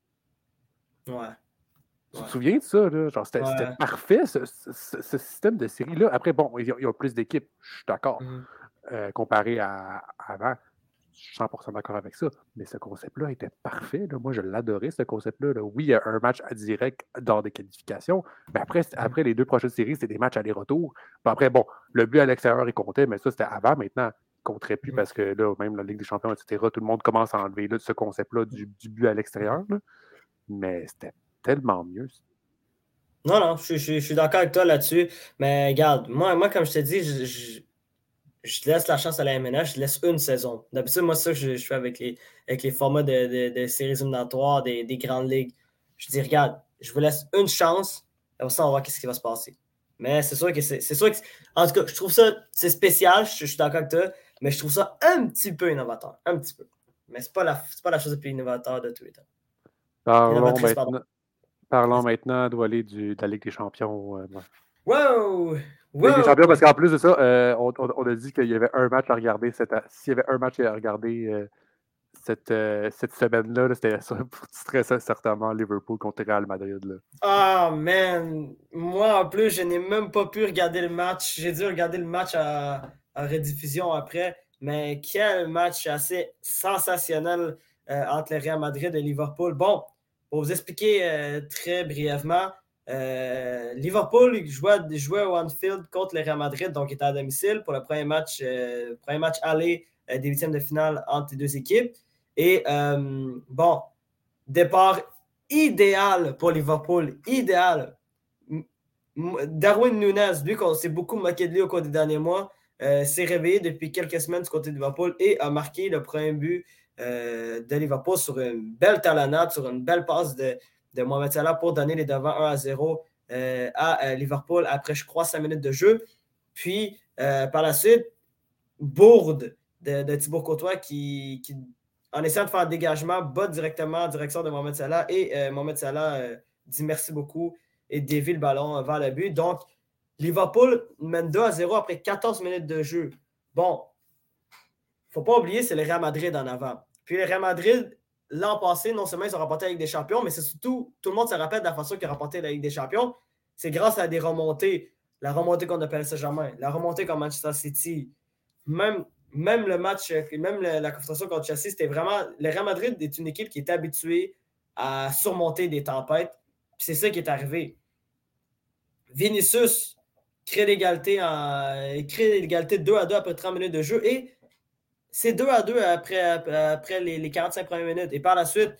Ouais. Tu ouais. te souviens de ça, là? Genre, c'était, ouais. c'était parfait, ce, ce, ce système de série-là. Après, bon, il y, a, il y a plus d'équipes, je suis d'accord, mm-hmm. euh, comparé à, à avant. Je suis cent pour cent d'accord avec ça, mais ce concept-là était parfait. Là. Moi, je l'adorais, ce concept-là. Là. Oui, il y a un match à direct dans des qualifications, mais après, après les deux prochaines séries, c'était des matchs aller-retour. Puis après, bon, le but à l'extérieur, il comptait, mais ça, c'était avant. Maintenant, il ne compterait plus parce que là, même la Ligue des champions, et cetera, tout le monde commence à enlever là, ce concept-là du, du but à l'extérieur. Là. Mais c'était tellement mieux. Non, non, je, je, je suis d'accord avec toi là-dessus. Mais regarde, moi, moi comme je t'ai dit, je, je, je laisse la chance à la M N H, je laisse une saison. D'habitude, moi, c'est ça que je, je fais avec les, avec les formats de, de, de séries éliminatoires, des, des grandes ligues. Je dis, regarde, je vous laisse une chance, et après ça, on va voir ce qui va se passer. Mais c'est sûr que c'est, c'est sûr que... En tout cas, je trouve ça, c'est spécial, je, je suis d'accord avec toi, mais je trouve ça un petit peu innovateur. Un petit peu. Mais c'est pas la, c'est pas la chose la plus innovateur de tous les temps. Parlons maintenant, parlons maintenant Doualé, du, de la Ligue des champions. Euh, ouais. Wow! Wow! Ligue des champions, parce qu'en plus de ça, euh, on, on, on a dit qu'il y avait un match à regarder. Cette, s'il y avait un match à regarder euh, cette, euh, cette semaine-là, là, c'était très certainement Liverpool contre Real Madrid. Là. Ah, oh, man! Moi, en plus, je n'ai même pas pu regarder le match. J'ai dû regarder le match à, à rediffusion après. Mais quel match assez sensationnel euh, entre le Real Madrid et Liverpool. Bon, pour vous expliquer euh, très brièvement, euh, Liverpool jouait, jouait au Anfield contre le Real Madrid, donc il était à domicile pour le premier match, euh, premier match aller euh, des huitièmes de finale entre les deux équipes. Et euh, bon, départ idéal pour Liverpool, idéal. Darwin Núñez, lui qu'on s'est beaucoup moqué de lui au cours des derniers mois, euh, s'est réveillé depuis quelques semaines du côté de Liverpool et a marqué le premier but euh, de Liverpool sur une belle talonnade, sur une belle passe de, de Mohamed Salah pour donner les devants un à zéro euh, à euh, Liverpool après, je crois, cinq minutes de jeu. Puis, euh, par la suite, bourde de, de Thibaut Courtois qui, qui, en essayant de faire un dégagement, bat directement en direction de Mohamed Salah et euh, Mohamed Salah euh, dit merci beaucoup et dévie le ballon vers le but. Donc, Liverpool mène deux à zéro après quatorze minutes de jeu. Bon, il ne faut pas oublier, c'est le Real Madrid en avant. Puis le Real Madrid, l'an passé, non seulement ils ont remporté la Ligue des Champions, mais c'est surtout, tout le monde se rappelle de la façon qu'ils ont remporté la Ligue des Champions. C'est grâce à des remontées. La remontée contre le Paris Saint-Germain, la remontée contre Manchester City, même, même le match, même la, la confrontation contre Chelsea, c'était vraiment... Le Real Madrid est une équipe qui est habituée à surmonter des tempêtes. Puis c'est ça qui est arrivé. Vinicius crée l'égalité, en, crée l'égalité deux à deux après trente minutes de jeu et c'est deux à deux après, après les, les quarante-cinq premières minutes. Et par la suite,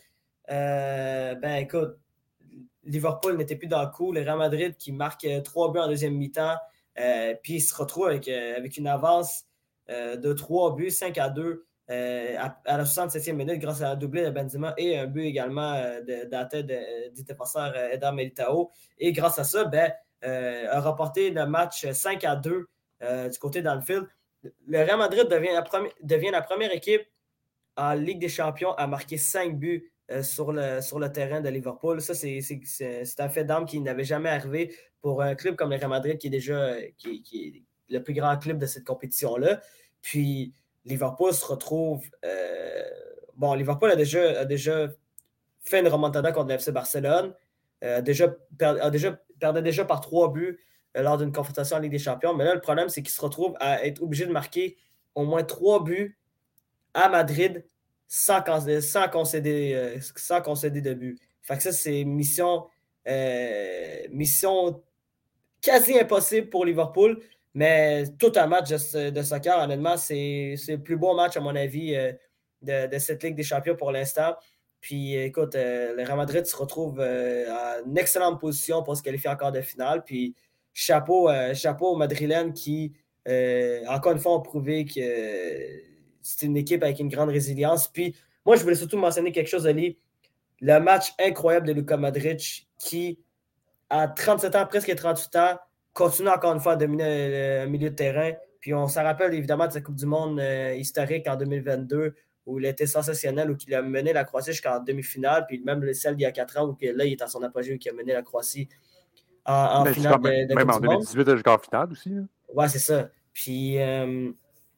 euh, ben écoute, Liverpool n'était plus dans le coup. Le Real Madrid qui marque trois buts en deuxième mi-temps, euh, puis il se retrouve avec, euh, avec une avance euh, de trois buts, cinq à deux euh, à, à la soixante-septième minute grâce à la doublée de Benzema et un but également euh, de, de la tête de, du défenseur euh, Eder Militao. Et grâce à ça, ben, euh, a remporté le match cinq à deux euh, du côté d'Anfield. Le Real Madrid devient la, première, devient la première équipe en Ligue des Champions à marquer cinq buts euh, sur, le, sur le terrain de Liverpool. Ça, c'est, c'est, c'est, c'est un fait d'âme qui n'avait jamais arrivé pour un club comme le Real Madrid, qui est déjà qui, qui est le plus grand club de cette compétition-là. Puis, Liverpool se retrouve... Euh, bon, Liverpool a déjà, a déjà fait une remontada contre le F C Barcelone, euh, déjà, a déjà, perdait déjà par trois buts euh, lors d'une confrontation en Ligue des Champions. Mais là, le problème, c'est qu'il se retrouve à être obligé de marquer au moins trois buts à Madrid sans, sans, concéder, euh, sans concéder de but. Fait que ça, c'est mission, euh, mission quasi impossible pour Liverpool, mais tout un match de, de soccer, honnêtement, c'est, c'est le plus beau match, à mon avis, euh, de, de cette Ligue des Champions pour l'instant. Puis, écoute, euh, le Real Madrid se retrouve euh, en une excellente position pour se qualifier encore de finale. Puis, chapeau, euh, chapeau aux Madrilènes qui, euh, encore une fois, ont prouvé que euh, c'est une équipe avec une grande résilience. Puis, moi, je voulais surtout mentionner quelque chose, Ali. Le match incroyable de Luka Modric qui, à trente-sept ans, presque trente-huit ans, continue encore une fois à dominer le milieu de terrain. Puis, on s'en rappelle évidemment de sa Coupe du Monde euh, historique en deux mille vingt-deux où il était sensationnel, où il a mené la Croatie jusqu'en demi-finale, puis même celle d'il y a quatre ans, où là, il est à son apogée, où il a mené la Croatie en, en finale même, de, de même Coupe en du Monde. deux mille dix-huit, il a joué en finale aussi. Hein? Ouais, c'est ça. Puis euh,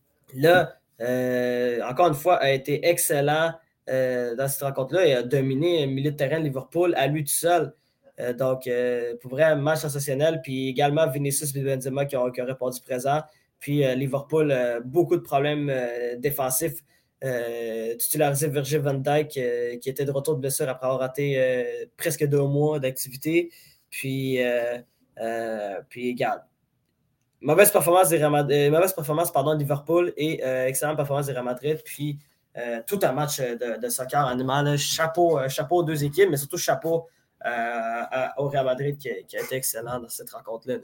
là, euh, encore une fois, a été excellent euh, dans cette rencontre-là et a dominé le milieu de terrain de Liverpool à lui tout seul. Euh, donc, euh, pour vrai, un match sensationnel. Puis également, Vinicius et Benzema qui ont, qui ont répondu présent. Puis euh, Liverpool, euh, beaucoup de problèmes euh, défensifs. Euh, titularisé Virgil van Dijk euh, qui était de retour de blessure après avoir raté euh, presque deux mois d'activité. Puis, euh, euh, puis regarde, mauvaise performance des Real, euh, mauvaise performance pardon, de Liverpool et euh, excellente performance des Real Madrid. Puis euh, tout un match de, de soccer animal. Chapeau, euh, chapeau aux deux équipes, mais surtout chapeau euh, à, au Real Madrid qui, qui a été excellent dans cette rencontre-là.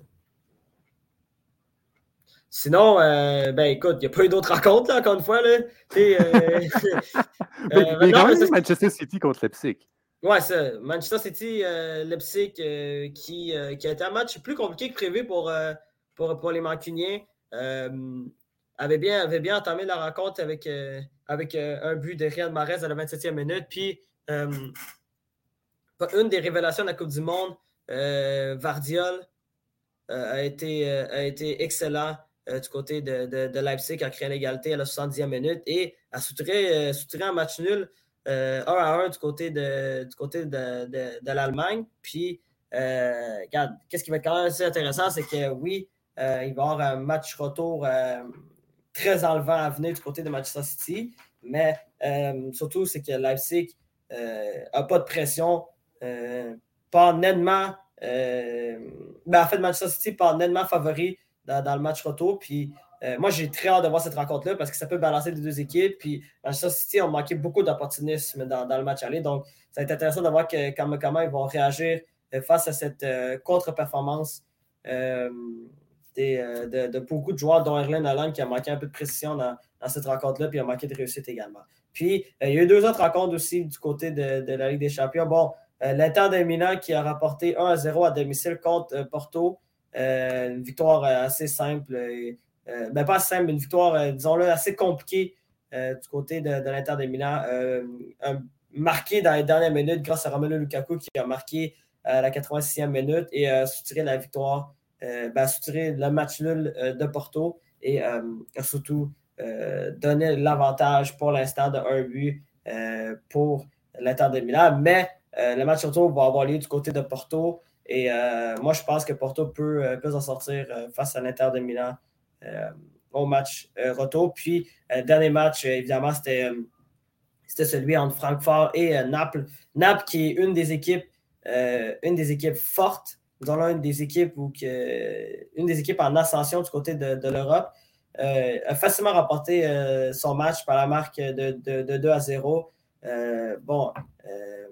Sinon, euh, ben écoute, il n'y a pas eu d'autres rencontres, là, encore une fois. Là. Euh, mais il y a quand même Manchester City contre Leipzig. Ouais, ça. Manchester City, euh, Leipzig, euh, qui, euh, qui a été un match plus compliqué que prévu pour, euh, pour, pour les Mancuniens. Euh, avait, bien, avait bien entamé la rencontre avec, euh, avec euh, un but de Riyad Mahrez à la vingt-septième minute. Puis, euh, une des révélations de la Coupe du Monde, euh, Vardiol, euh, a, été, euh, a été excellent. Euh, du côté de, de, de Leipzig, a créé l'égalité à la soixante-dixième minute et a soutiré, euh, soutiré un match nul euh, un à un du côté de, du côté de, de, de l'Allemagne. Puis, euh, regarde, qu'est-ce qui va être quand même assez intéressant, c'est que oui, euh, il va y avoir un match retour euh, très enlevant à venir du côté de Manchester City, mais euh, surtout, c'est que Leipzig n'a euh, pas de pression euh, part nettement. Euh, ben, en fait, Manchester City part nettement favori dans, dans le match retour. Puis euh, moi, j'ai très hâte de voir cette rencontre-là parce que ça peut balancer les deux équipes. Puis Manchester City ont manqué beaucoup d'opportunisme dans, dans le match aller. Donc, ça va être intéressant de voir que, comment, comment ils vont réagir face à cette euh, contre-performance euh, des, euh, de, de beaucoup de joueurs, dont Erling Haaland qui a manqué un peu de précision dans, dans cette rencontre-là, puis a manqué de réussite également. Puis, euh, il y a eu deux autres rencontres aussi du côté de, de la Ligue des Champions. Bon, euh, l'Inter de Milan qui a rapporté un à zéro à domicile contre euh, Porto. Euh, une victoire euh, assez simple. Et, euh, ben pas assez simple, mais une victoire, euh, disons-le, assez compliquée euh, du côté de, de l'Inter de Milan. Euh, un, marqué dans les dernières minutes grâce à Romelu Lukaku qui a marqué à la quatre-vingt-sixième minute et a soutiré la victoire, euh, ben, soutiré le match nul euh, de Porto et euh, surtout euh, donné l'avantage pour l'instant de un but euh, pour l'Inter de Milan. Mais euh, le match retour va avoir lieu du côté de Porto et euh, moi je pense que Porto peut, euh, peut s'en sortir euh, face à l'Inter de Milan euh, au match euh, retour. Puis, euh, dernier match, euh, évidemment, c'était, euh, c'était celui entre Francfort et euh, Naples. Naples qui est une des équipes Euh, une des équipes fortes, disons une des équipes où que, une des équipes en ascension du côté de, de l'Europe, euh, a facilement remporté euh, son match par la marque de, de, de deux à zéro. Euh, bon, euh,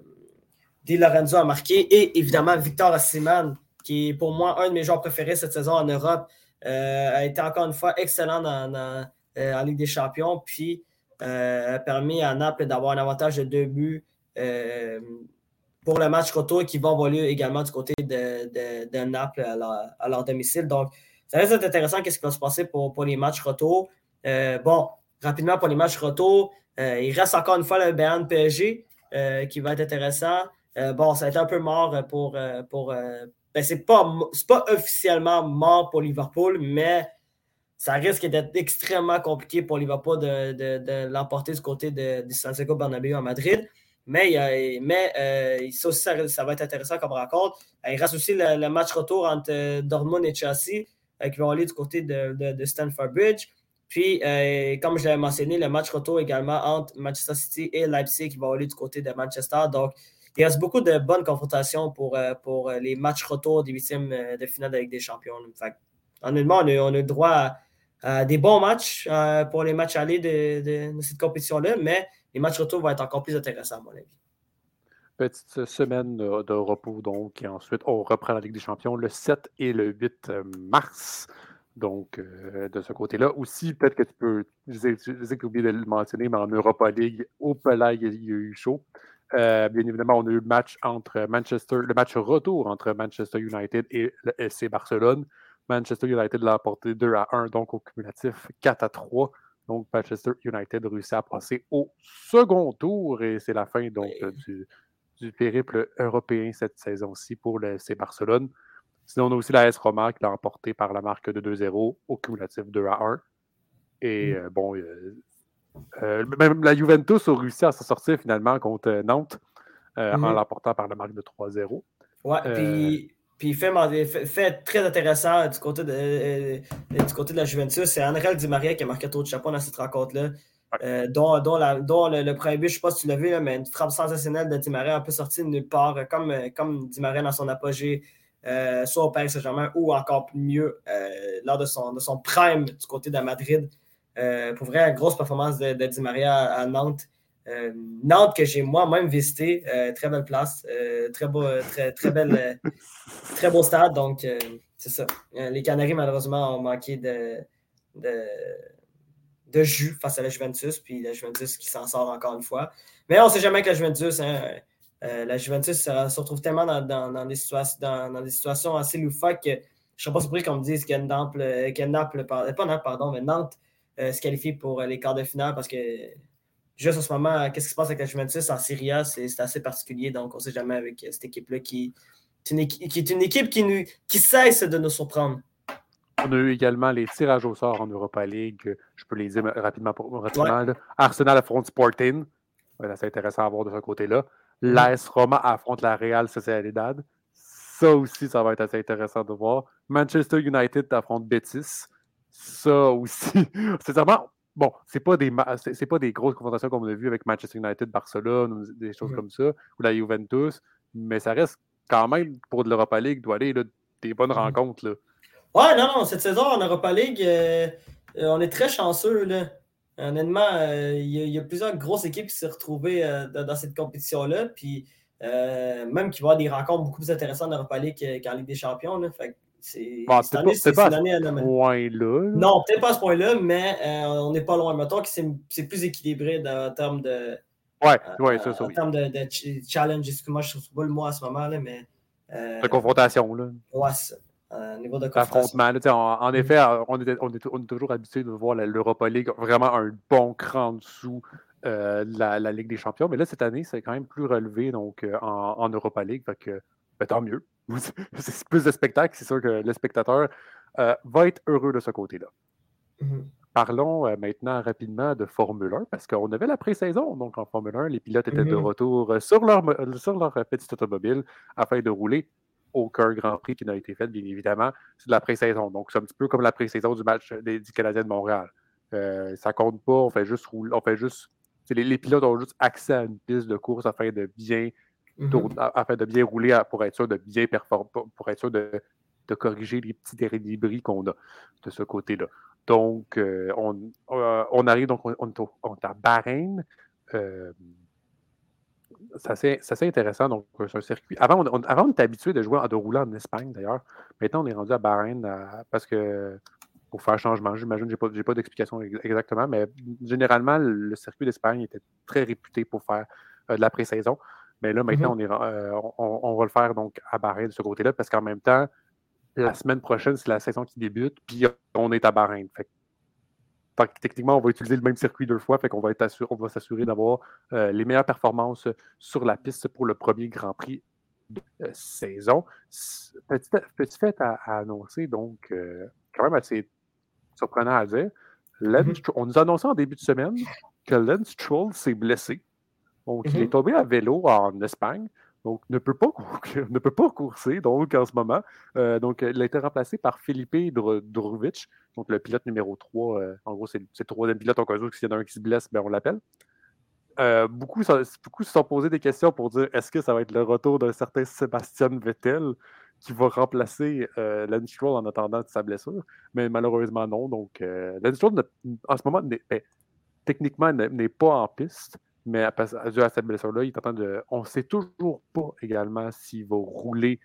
Di Lorenzo a marqué et évidemment Victor Osimhen, qui est pour moi un de mes joueurs préférés cette saison en Europe, euh, a été encore une fois excellent dans, dans, euh, en Ligue des Champions, puis euh, a permis à Naples d'avoir un avantage de deux buts euh, pour le match retour qui va avoir lieu également du côté de, de, de Naples à leur, à leur domicile. Donc, ça reste intéressant qu'est-ce qui va se passer pour, pour les matchs retour. Euh, bon, rapidement pour les matchs retour, euh, il reste encore une fois le Bayern P S G euh, qui va être intéressant. Euh, bon, ça a été un peu mort pour... pour euh, ben, c'est pas, c'est pas officiellement mort pour Liverpool, mais ça risque d'être extrêmement compliqué pour Liverpool de, de, de l'emporter du côté de, de Santiago Bernabéu à Madrid. Mais, euh, mais euh, ça aussi, ça, ça va être intéressant comme rencontre. Il reste aussi le, le match retour entre Dortmund et Chelsea euh, qui vont aller du côté de, de, de Stamford Bridge. Puis, euh, comme je l'avais mentionné, le match retour également entre Manchester City et Leipzig qui va aller du côté de Manchester. Donc, il reste beaucoup de bonnes confrontations pour, pour les matchs retour des huitièmes de finale de la Ligue des Champions. Fait, honnêtement, on a, on a le droit à, à des bons matchs euh, pour les matchs allés de, de, de cette compétition-là, mais les matchs retour vont être encore plus intéressants, à mon avis. Petite semaine de, de repos, donc, et ensuite, on reprend la Ligue des Champions le sept et le huit mars. Donc, euh, de ce côté-là. Aussi, peut-être que tu peux. Je sais, je sais que tu as oublié de le mentionner, mais en Europa League, au Pelay, il y a eu chaud. Euh, bien évidemment, on a eu le match entre Manchester, le match retour entre Manchester United et le F C Barcelone. Manchester United l'a emporté deux à un, donc au cumulatif quatre à trois. Donc, Manchester United réussit à passer au second tour et c'est la fin donc oui. du, du périple européen cette saison-ci pour le F C Barcelone. Sinon, on a aussi la A S Roma qui l'a emporté par la marque de deux zéro au cumulatif deux à un. Et euh, bon, euh, euh, même la Juventus a réussi à s'en sortir finalement contre Nantes euh, mm-hmm. en l'emportant par la marque de trois zéro. Ouais, euh, puis, puis fait, fait, fait très intéressant du côté de, euh, du côté de la Juventus, c'est Angel Di Maria qui a marqué trop de chapeau dans cette rencontre-là. Ouais. Euh, dont, dont, la, dont le, le premier but, je ne sais pas si tu l'as vu, là, mais une frappe sensationnelle de Di Maria un peu sortie de nulle part, comme, comme Di Maria dans son apogée, euh, soit au Paris Saint-Germain ou encore mieux euh, lors de son, de son prime du côté de Madrid. Euh, pour vrai, grosse performance de, de Di Maria à, à Nantes. Euh, Nantes que j'ai moi-même visité, euh, très belle place, euh, très beau, très, très belle, euh, très beau stade, donc euh, c'est ça. Euh, les Canaries, malheureusement, ont manqué de, de, de jus face à la Juventus, puis la Juventus qui s'en sort encore une fois. Mais on ne sait jamais que la Juventus, hein, euh, la Juventus se, se retrouve tellement dans, dans, dans, des situations, dans, dans des situations assez loufoques que je ne serais pas surpris qu'on me dise que Naples, que Naples pas Naples, pardon, mais Nantes euh, se qualifie pour les quarts de finale parce que juste en ce moment, qu'est-ce qui se passe avec la Juventus en Serie A, c'est, c'est assez particulier, donc on ne sait jamais avec cette équipe-là qui, qui, est une, qui est une équipe qui, nous, qui cesse de nous surprendre. On a eu également les tirages au sort en Europa League. Je peux les dire rapidement. rapidement ouais. Arsenal affronte Sporting. Voilà, c'est intéressant à voir de ce côté-là. Mm-hmm. L'A S Roma affronte la Real Sociedad. Ça aussi, ça va être assez intéressant de voir. Manchester United affronte Betis. Ça aussi. C'est vraiment... Bon, c'est pas des c'est, c'est pas des grosses confrontations comme on a vu avec Manchester United, Barcelone, des choses mm-hmm. comme ça, ou la Juventus, mais ça reste quand même, pour de l'Europa League, doit aller là, des bonnes Mm-hmm. rencontres. Là. Ouais, non, non, cette saison en Europa League, euh, euh, on est très chanceux. Là. Honnêtement, euh, il y, y, a plusieurs grosses équipes qui se sont retrouvées euh, dans, dans, cette compétition-là. Puis euh, même qu'il va y avoir des rencontres beaucoup plus intéressantes en Europa League qu'en Ligue des Champions. Là. Fait que Bon, cette peut-être année, pas, c'est peut-être pas à une ce année à point-là. Là. Non, peut-être pas à ce point-là, mais euh, on n'est pas loin. Mettons que c'est plus équilibré en termes de. Ouais, Euh, ouais, ça, ça, en oui. termes de, de challenge, excuse-moi, je ne trouve pas le mot à ce moment, là, mais. Euh, De confrontation, là. Ouais, c'est ça. Euh, niveau de confrontation. D'affrontement. Là, en, en effet, on est, on, est, on est toujours habitué de voir l'Europa League vraiment un bon cran en dessous euh, de la, la Ligue des Champions. Mais là, cette année, c'est quand même plus relevé donc, euh, en, en Europa League. Fait que, ben, tant mieux. C'est plus de spectacle. C'est sûr que le spectateur euh, va être heureux de ce côté-là. Mm-hmm. Parlons euh, maintenant rapidement de Formule un, parce qu'on avait la pré-saison. Donc, en Formule un, les pilotes étaient mm-hmm. de retour sur leur, sur leur petite automobile afin de rouler. Aucun Grand Prix qui n'a été fait, bien évidemment. C'est de la pré-saison. Donc, c'est un petit peu comme la pré-saison du match des, du Canadien de Montréal. Euh, ça compte pas. On fait juste rouler. On fait juste. Les, les pilotes ont juste accès à une piste de course afin de bien, mm-hmm. tourner, afin de bien rouler à, pour être sûr de bien performer, pour être sûr de, de corriger les petits débris qu'on a de ce côté-là. Donc, euh, on, euh, on arrive, donc, on, on, on est à Bahreïn. Euh, c'est assez, assez intéressant. Donc, c'est un circuit. Avant, on, on, avant, on était habitué de jouer, de rouler en Espagne, d'ailleurs. Maintenant, on est rendu à Bahreïn à, parce que, pour faire un changement, j'imagine, je n'ai pas, pas d'explication exactement, mais généralement, le circuit d'Espagne était très réputé pour faire euh, de la pré-saison. Mais là, maintenant, mm-hmm. on, est, euh, on, on va le faire donc à Bahreïn de ce côté-là, parce qu'en même temps, la semaine prochaine, c'est la saison qui débute, puis on est à Bahreïn. Fait techniquement, on va utiliser le même circuit deux fois, fait qu'on va, être assur- on va s'assurer d'avoir euh, les meilleures performances sur la piste pour le premier Grand Prix de euh, saison. Petit, petit fait à, à annoncer, donc, euh, quand même assez surprenant à dire. Mm-hmm. On nous a annoncé en début de semaine que Lance Stroll s'est blessé. Donc, mm-hmm. il est tombé à vélo en Espagne. Donc, ne peut pas, ne peut pas courser donc, en ce moment. Euh, donc, il a été remplacé par Felipe Drugovich, donc le pilote numéro trois. Euh, en gros, c'est le troisième pilote. En cas où s'il y en a un qui se blesse, ben, on l'appelle. Euh, beaucoup, ça, beaucoup se sont posés des questions pour dire est-ce que ça va être le retour d'un certain Sébastien Vettel qui va remplacer euh, Lance Stroll en attendant de sa blessure. Mais malheureusement, non. Donc, euh, Lance Stroll, en ce moment, n'est, ben, techniquement, n'est pas en piste. Mais à, dû à cette blessure-là, il est en train de. On ne sait toujours pas également s'il va rouler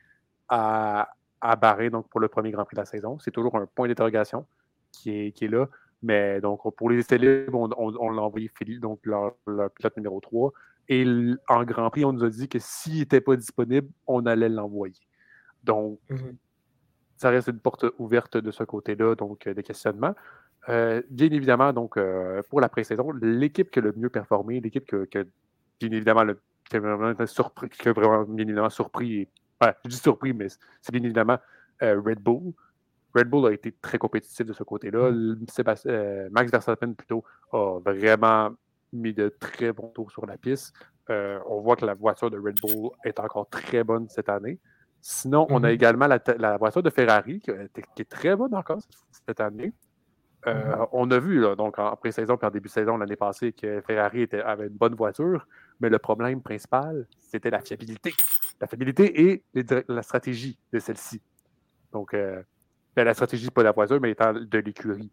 à, à Bahreïn, donc pour le premier Grand Prix de la saison. C'est toujours un point d'interrogation qui est, qui est là. Mais donc, pour les essais libres, on, on, on l'a envoyé Philippe, donc leur, leur pilote numéro trois. Et en Grand Prix, on nous a dit que s'il n'était pas disponible, on allait l'envoyer. Donc, mm-hmm. ça reste une porte ouverte de ce côté-là, donc euh, des questionnements. Euh, bien évidemment, donc, euh, pour la pré-saison, l'équipe qui a le mieux performé, l'équipe que, que bien évidemment, le, qui a vraiment surpris, qui a vraiment bien évidemment surpris, enfin, je dis surpris, mais c'est bien évidemment euh, Red Bull. Red Bull a été très compétitif de ce côté-là. Mm. Sébastien, euh, Max Verstappen, plutôt, a vraiment mis de très bons tours sur la piste. Euh, on voit que la voiture de Red Bull est encore très bonne cette année. Sinon, mm-hmm. on a également la, la voiture de Ferrari qui, qui est très bonne encore cette année. Euh, mm-hmm. On a vu là, donc en pré-saison et en début de saison l'année passée que Ferrari était, avait une bonne voiture, mais le problème principal, c'était la fiabilité. La fiabilité et les, la stratégie de celle-ci. Donc, euh, la stratégie, pas de la voiture, mais étant de l'écurie.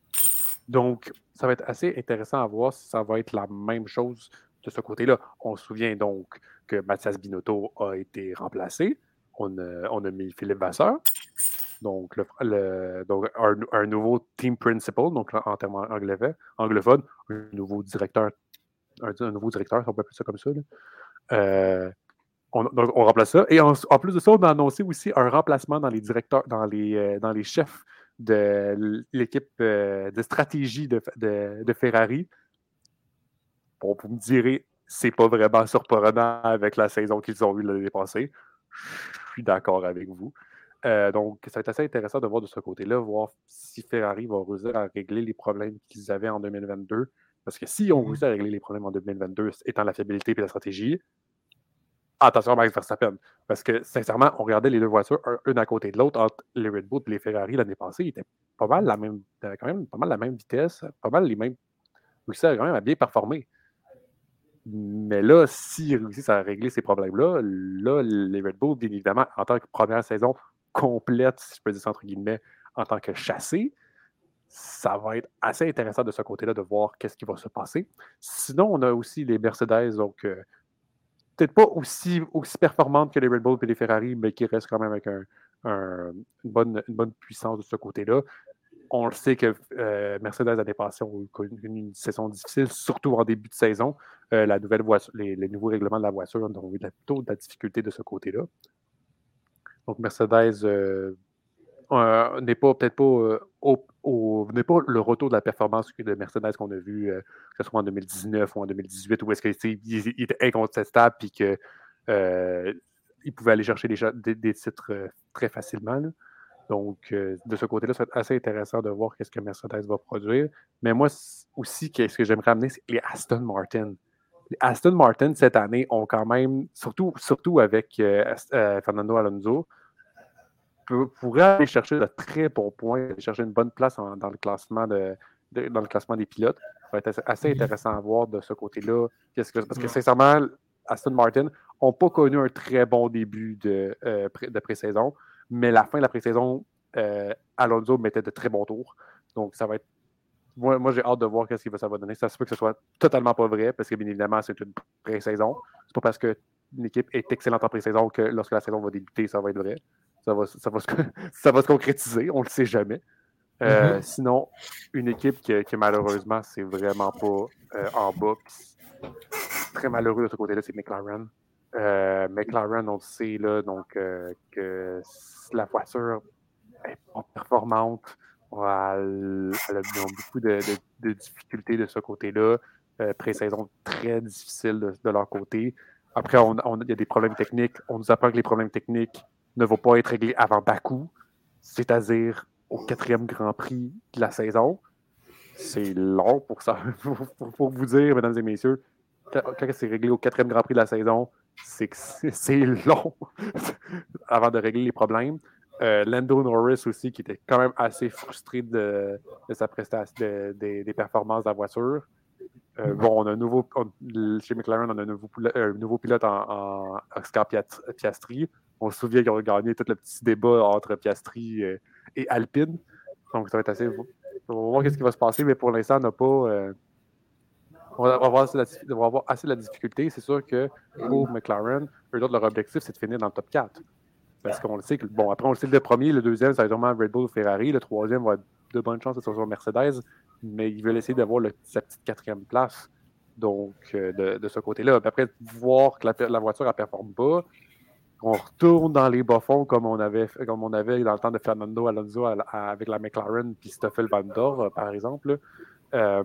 Donc, ça va être assez intéressant à voir si ça va être la même chose de ce côté-là. On se souvient donc que Mathias Binotto a été remplacé. On a, on a mis Philippe Vasseur. Donc, le, le, donc un, un nouveau team principal, donc en termes anglophones, un nouveau directeur, un, un nouveau directeur, si on peut appeler ça comme ça. Là. Euh, on, donc, on remplace ça. Et en, en, plus de ça, on a annoncé aussi un remplacement dans les directeurs, dans les, euh, dans les chefs de l'équipe euh, de stratégie de, de, de Ferrari. Bon, vous me direz, c'est pas vraiment surprenant avec la saison qu'ils ont eue l'année passée. Je suis d'accord avec vous. Euh, donc, ça va être assez intéressant de voir de ce côté-là, voir si Ferrari va réussir à régler les problèmes qu'ils avaient en deux mille vingt-deux. Parce que s'ils ont réussi à régler les problèmes en deux mille vingt-deux, étant la fiabilité et la stratégie, attention à Max Verstappen. Parce que, sincèrement, on regardait les deux voitures, une à côté de l'autre, entre les Red Bull et les Ferrari l'année passée, ils étaient pas mal la même, quand même pas mal la même vitesse, pas mal les mêmes, réussi à, quand même à bien performer. Mais là, s'ils réussissent à régler ces problèmes-là, là, les Red Bull, bien évidemment, en tant que première saison complète, si je peux dire ça entre guillemets, en tant que chassé, ça va être assez intéressant de ce côté-là de voir qu'est-ce qui va se passer. Sinon, on a aussi les Mercedes, donc euh, peut-être pas aussi, aussi performantes que les Red Bull et les Ferrari, mais qui restent quand même avec un, un, une, bonne, une bonne puissance de ce côté-là. On le sait que euh, Mercedes l'année passée ont connu une saison difficile, surtout en début de saison. Euh, la nouvelle voiture, les, les nouveaux règlements de la voiture ont eu plutôt de la difficulté de ce côté-là. Donc Mercedes euh, euh, n'est pas peut-être pas, euh, au, au, n'est pas le retour de la performance de Mercedes qu'on a vu, euh, que ce soit en deux mille dix-neuf ou en deux mille dix-huit, où est-ce qu'il il était incontestable et qu'il euh, pouvait aller chercher des, des, des titres euh, très facilement. Là. Donc, euh, de ce côté-là, ça va être assez intéressant de voir qu'est-ce que Mercedes va produire. Mais moi aussi, ce que j'aimerais amener, c'est les Aston Martin. Les Aston Martin, cette année, ont quand même, surtout, surtout avec euh, euh, Fernando Alonso, pourrait aller chercher de très bons points, aller chercher une bonne place en, dans, le classement de, de, dans le classement des pilotes. Ça va être assez intéressant à voir de ce côté-là. Qu'est-ce que, parce que, sincèrement, Aston Martin n'ont pas connu un très bon début de, euh, de pré-saison. Mais la fin de la pré-saison, euh, Alonso mettait de très bons tours. Donc, ça va être. Moi, moi j'ai hâte de voir ce que ça va donner. Ça se peut que ce soit totalement pas vrai, parce que bien évidemment, c'est une pré-saison. C'est pas parce qu'une équipe est excellente en pré-saison que lorsque la saison va débuter, ça va être vrai. Ça va, ça va, se, ça va se concrétiser, on ne le sait jamais. Euh, mm-hmm. Sinon, une équipe qui, qui malheureusement, c'est vraiment pas euh, en bas. Très malheureux de ce côté-là, c'est McLaren. Euh, McLaren, on le sait, là, donc, euh, que la voiture est pas performante. Elle, elle a beaucoup de, de, de difficultés de ce côté-là. Euh, pré-saison très difficile de, de leur côté. Après, on, on, il y a des problèmes techniques. On nous apprend que les problèmes techniques ne vont pas être réglés avant Bakou, c'est-à-dire au quatrième Grand Prix de la saison. C'est long pour ça. pour, pour vous dire, mesdames et messieurs, quand, quand c'est réglé au quatrième Grand Prix de la saison, c'est que c'est, c'est long avant de régler les problèmes. Euh, Lando Norris aussi, qui était quand même assez frustré de, de sa prestation, de, de, des performances de la voiture. Euh, bon, on a un nouveau, on, chez McLaren, on a un nouveau, un nouveau pilote en, en Oscar Piastri. On se souvient qu'ils ont gagné tout le petit débat entre Piastri et, et Alpine. Donc, ça va être assez. On va voir ce qui va se passer, mais pour l'instant, on n'a pas. Euh, on va avoir assez, de la, on va avoir assez de la difficulté. C'est sûr que pour McLaren, eux autres, leur objectif, c'est de finir dans le top quatre. Parce qu'on le sait que, bon, après, on le sait, le premier, le deuxième, ça va être vraiment Red Bull ou Ferrari. Le troisième va être de bonnes chances, c'est sur Mercedes. Mais ils veulent essayer d'avoir le, sa petite quatrième place. Donc, euh, de, de ce côté-là. Puis après, voir que la, la voiture ne performe pas, on retourne dans les bas-fonds comme on avait comme on avait dans le temps de Fernando Alonso à, à, avec la McLaren puis Stoffel Van Dorn, par exemple. Euh,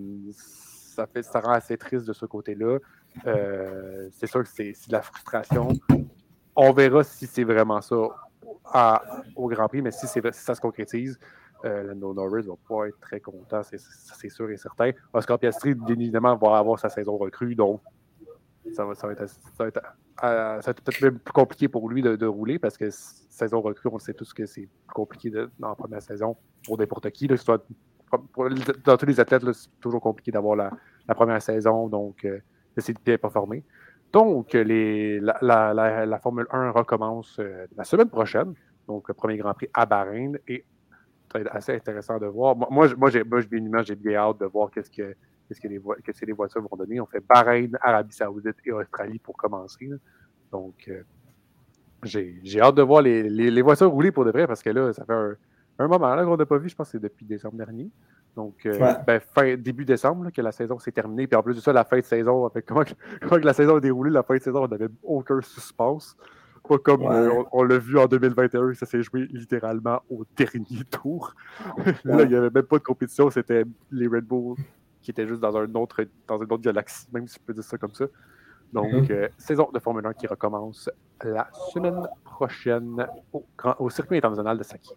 ça, fait, ça rend assez triste de ce côté-là. Euh, c'est sûr que c'est, c'est de la frustration. On verra si c'est vraiment ça à, au Grand Prix, mais si, c'est, si ça se concrétise, euh, Lando Norris va pas être très content, c'est, c'est sûr et certain. Oscar Piastri, bien évidemment, va avoir sa saison recrue, donc ça va, ça va être, ça va être, euh, ça va être peut-être même plus compliqué pour lui de, de rouler, parce que saison recrue, on sait tous que c'est plus compliqué de, dans la première saison pour n'importe qui. Là, soit, pour, dans tous les athlètes, là, c'est toujours compliqué d'avoir la, la première saison, donc euh, d'essayer de bien performer. Donc, les, la, la, la, la Formule un recommence euh, la semaine prochaine, donc le premier Grand Prix à Bahreïn, et ça va être assez intéressant de voir. Moi, moi, moi, j'ai, moi j'ai, bien, j'ai bien hâte de voir qu'est-ce que, qu'est-ce que, les, qu'est-ce que les voitures vont donner. On fait Bahreïn, Arabie Saoudite et Australie pour commencer. Là. Donc, euh, j'ai, j'ai hâte de voir les, les, les voitures rouler pour de vrai, parce que là, ça fait un, un moment là, qu'on n'a pas vu, je pense que c'est depuis décembre dernier. Donc, euh, ouais. ben, fin, début décembre, là, que la saison s'est terminée. Puis en plus de ça, la fin de saison, avec comment, comment la saison a déroulé, la fin de saison, on n'avait aucun suspense. Pas comme ouais. euh, on, on l'a vu en deux mille vingt et un, ça s'est joué littéralement au dernier tour. Ouais. Là, il n'y avait même pas de compétition, c'était les Red Bull qui étaient juste dans, un autre, dans une autre galaxie, même si je peux dire ça comme ça. Donc, mm-hmm. euh, saison de Formule un qui recommence la semaine prochaine au, au circuit international de Sakir.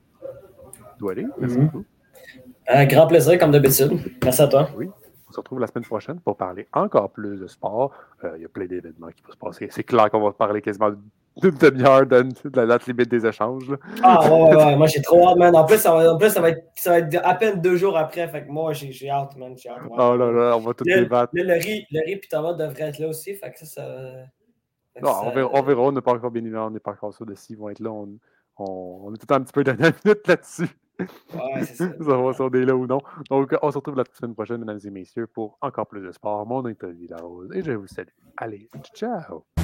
Dois aller, merci mm-hmm. beaucoup. Un grand plaisir, comme d'habitude. Merci à toi. Oui, on se retrouve la semaine prochaine pour parler encore plus de sport. Euh, il y a plein d'événements qui vont se passer. C'est clair qu'on va parler quasiment d'une demi-heure de, de la date limite des échanges. Là. Ah, ouais, ouais, ouais. Moi, j'ai trop hâte, man. En plus, ça va, en plus, ça va, être, ça va être à peine deux jours après. Fait que moi, j'ai, j'ai hâte, man. J'ai hâte. Ouais, oh ouais, là ouais. là, on va tous Là, débattre. là, le riz, le riz puis Thomas devraient être là aussi. Fait que ça, ça. Fait que Non, ça... on, verra, on verra, on n'est pas encore bien évidemment, on n'est pas encore sûr de s'ils vont être là. On, on, on est tout le temps un petit peu dernière minute là-dessus. Ouais, c'est ça. Savoir si on est là ou non. Donc, on se retrouve la semaine prochaine, mesdames et messieurs, pour encore plus de sport. Mon nom est Olivier Larose et je vous salue. Allez, ciao!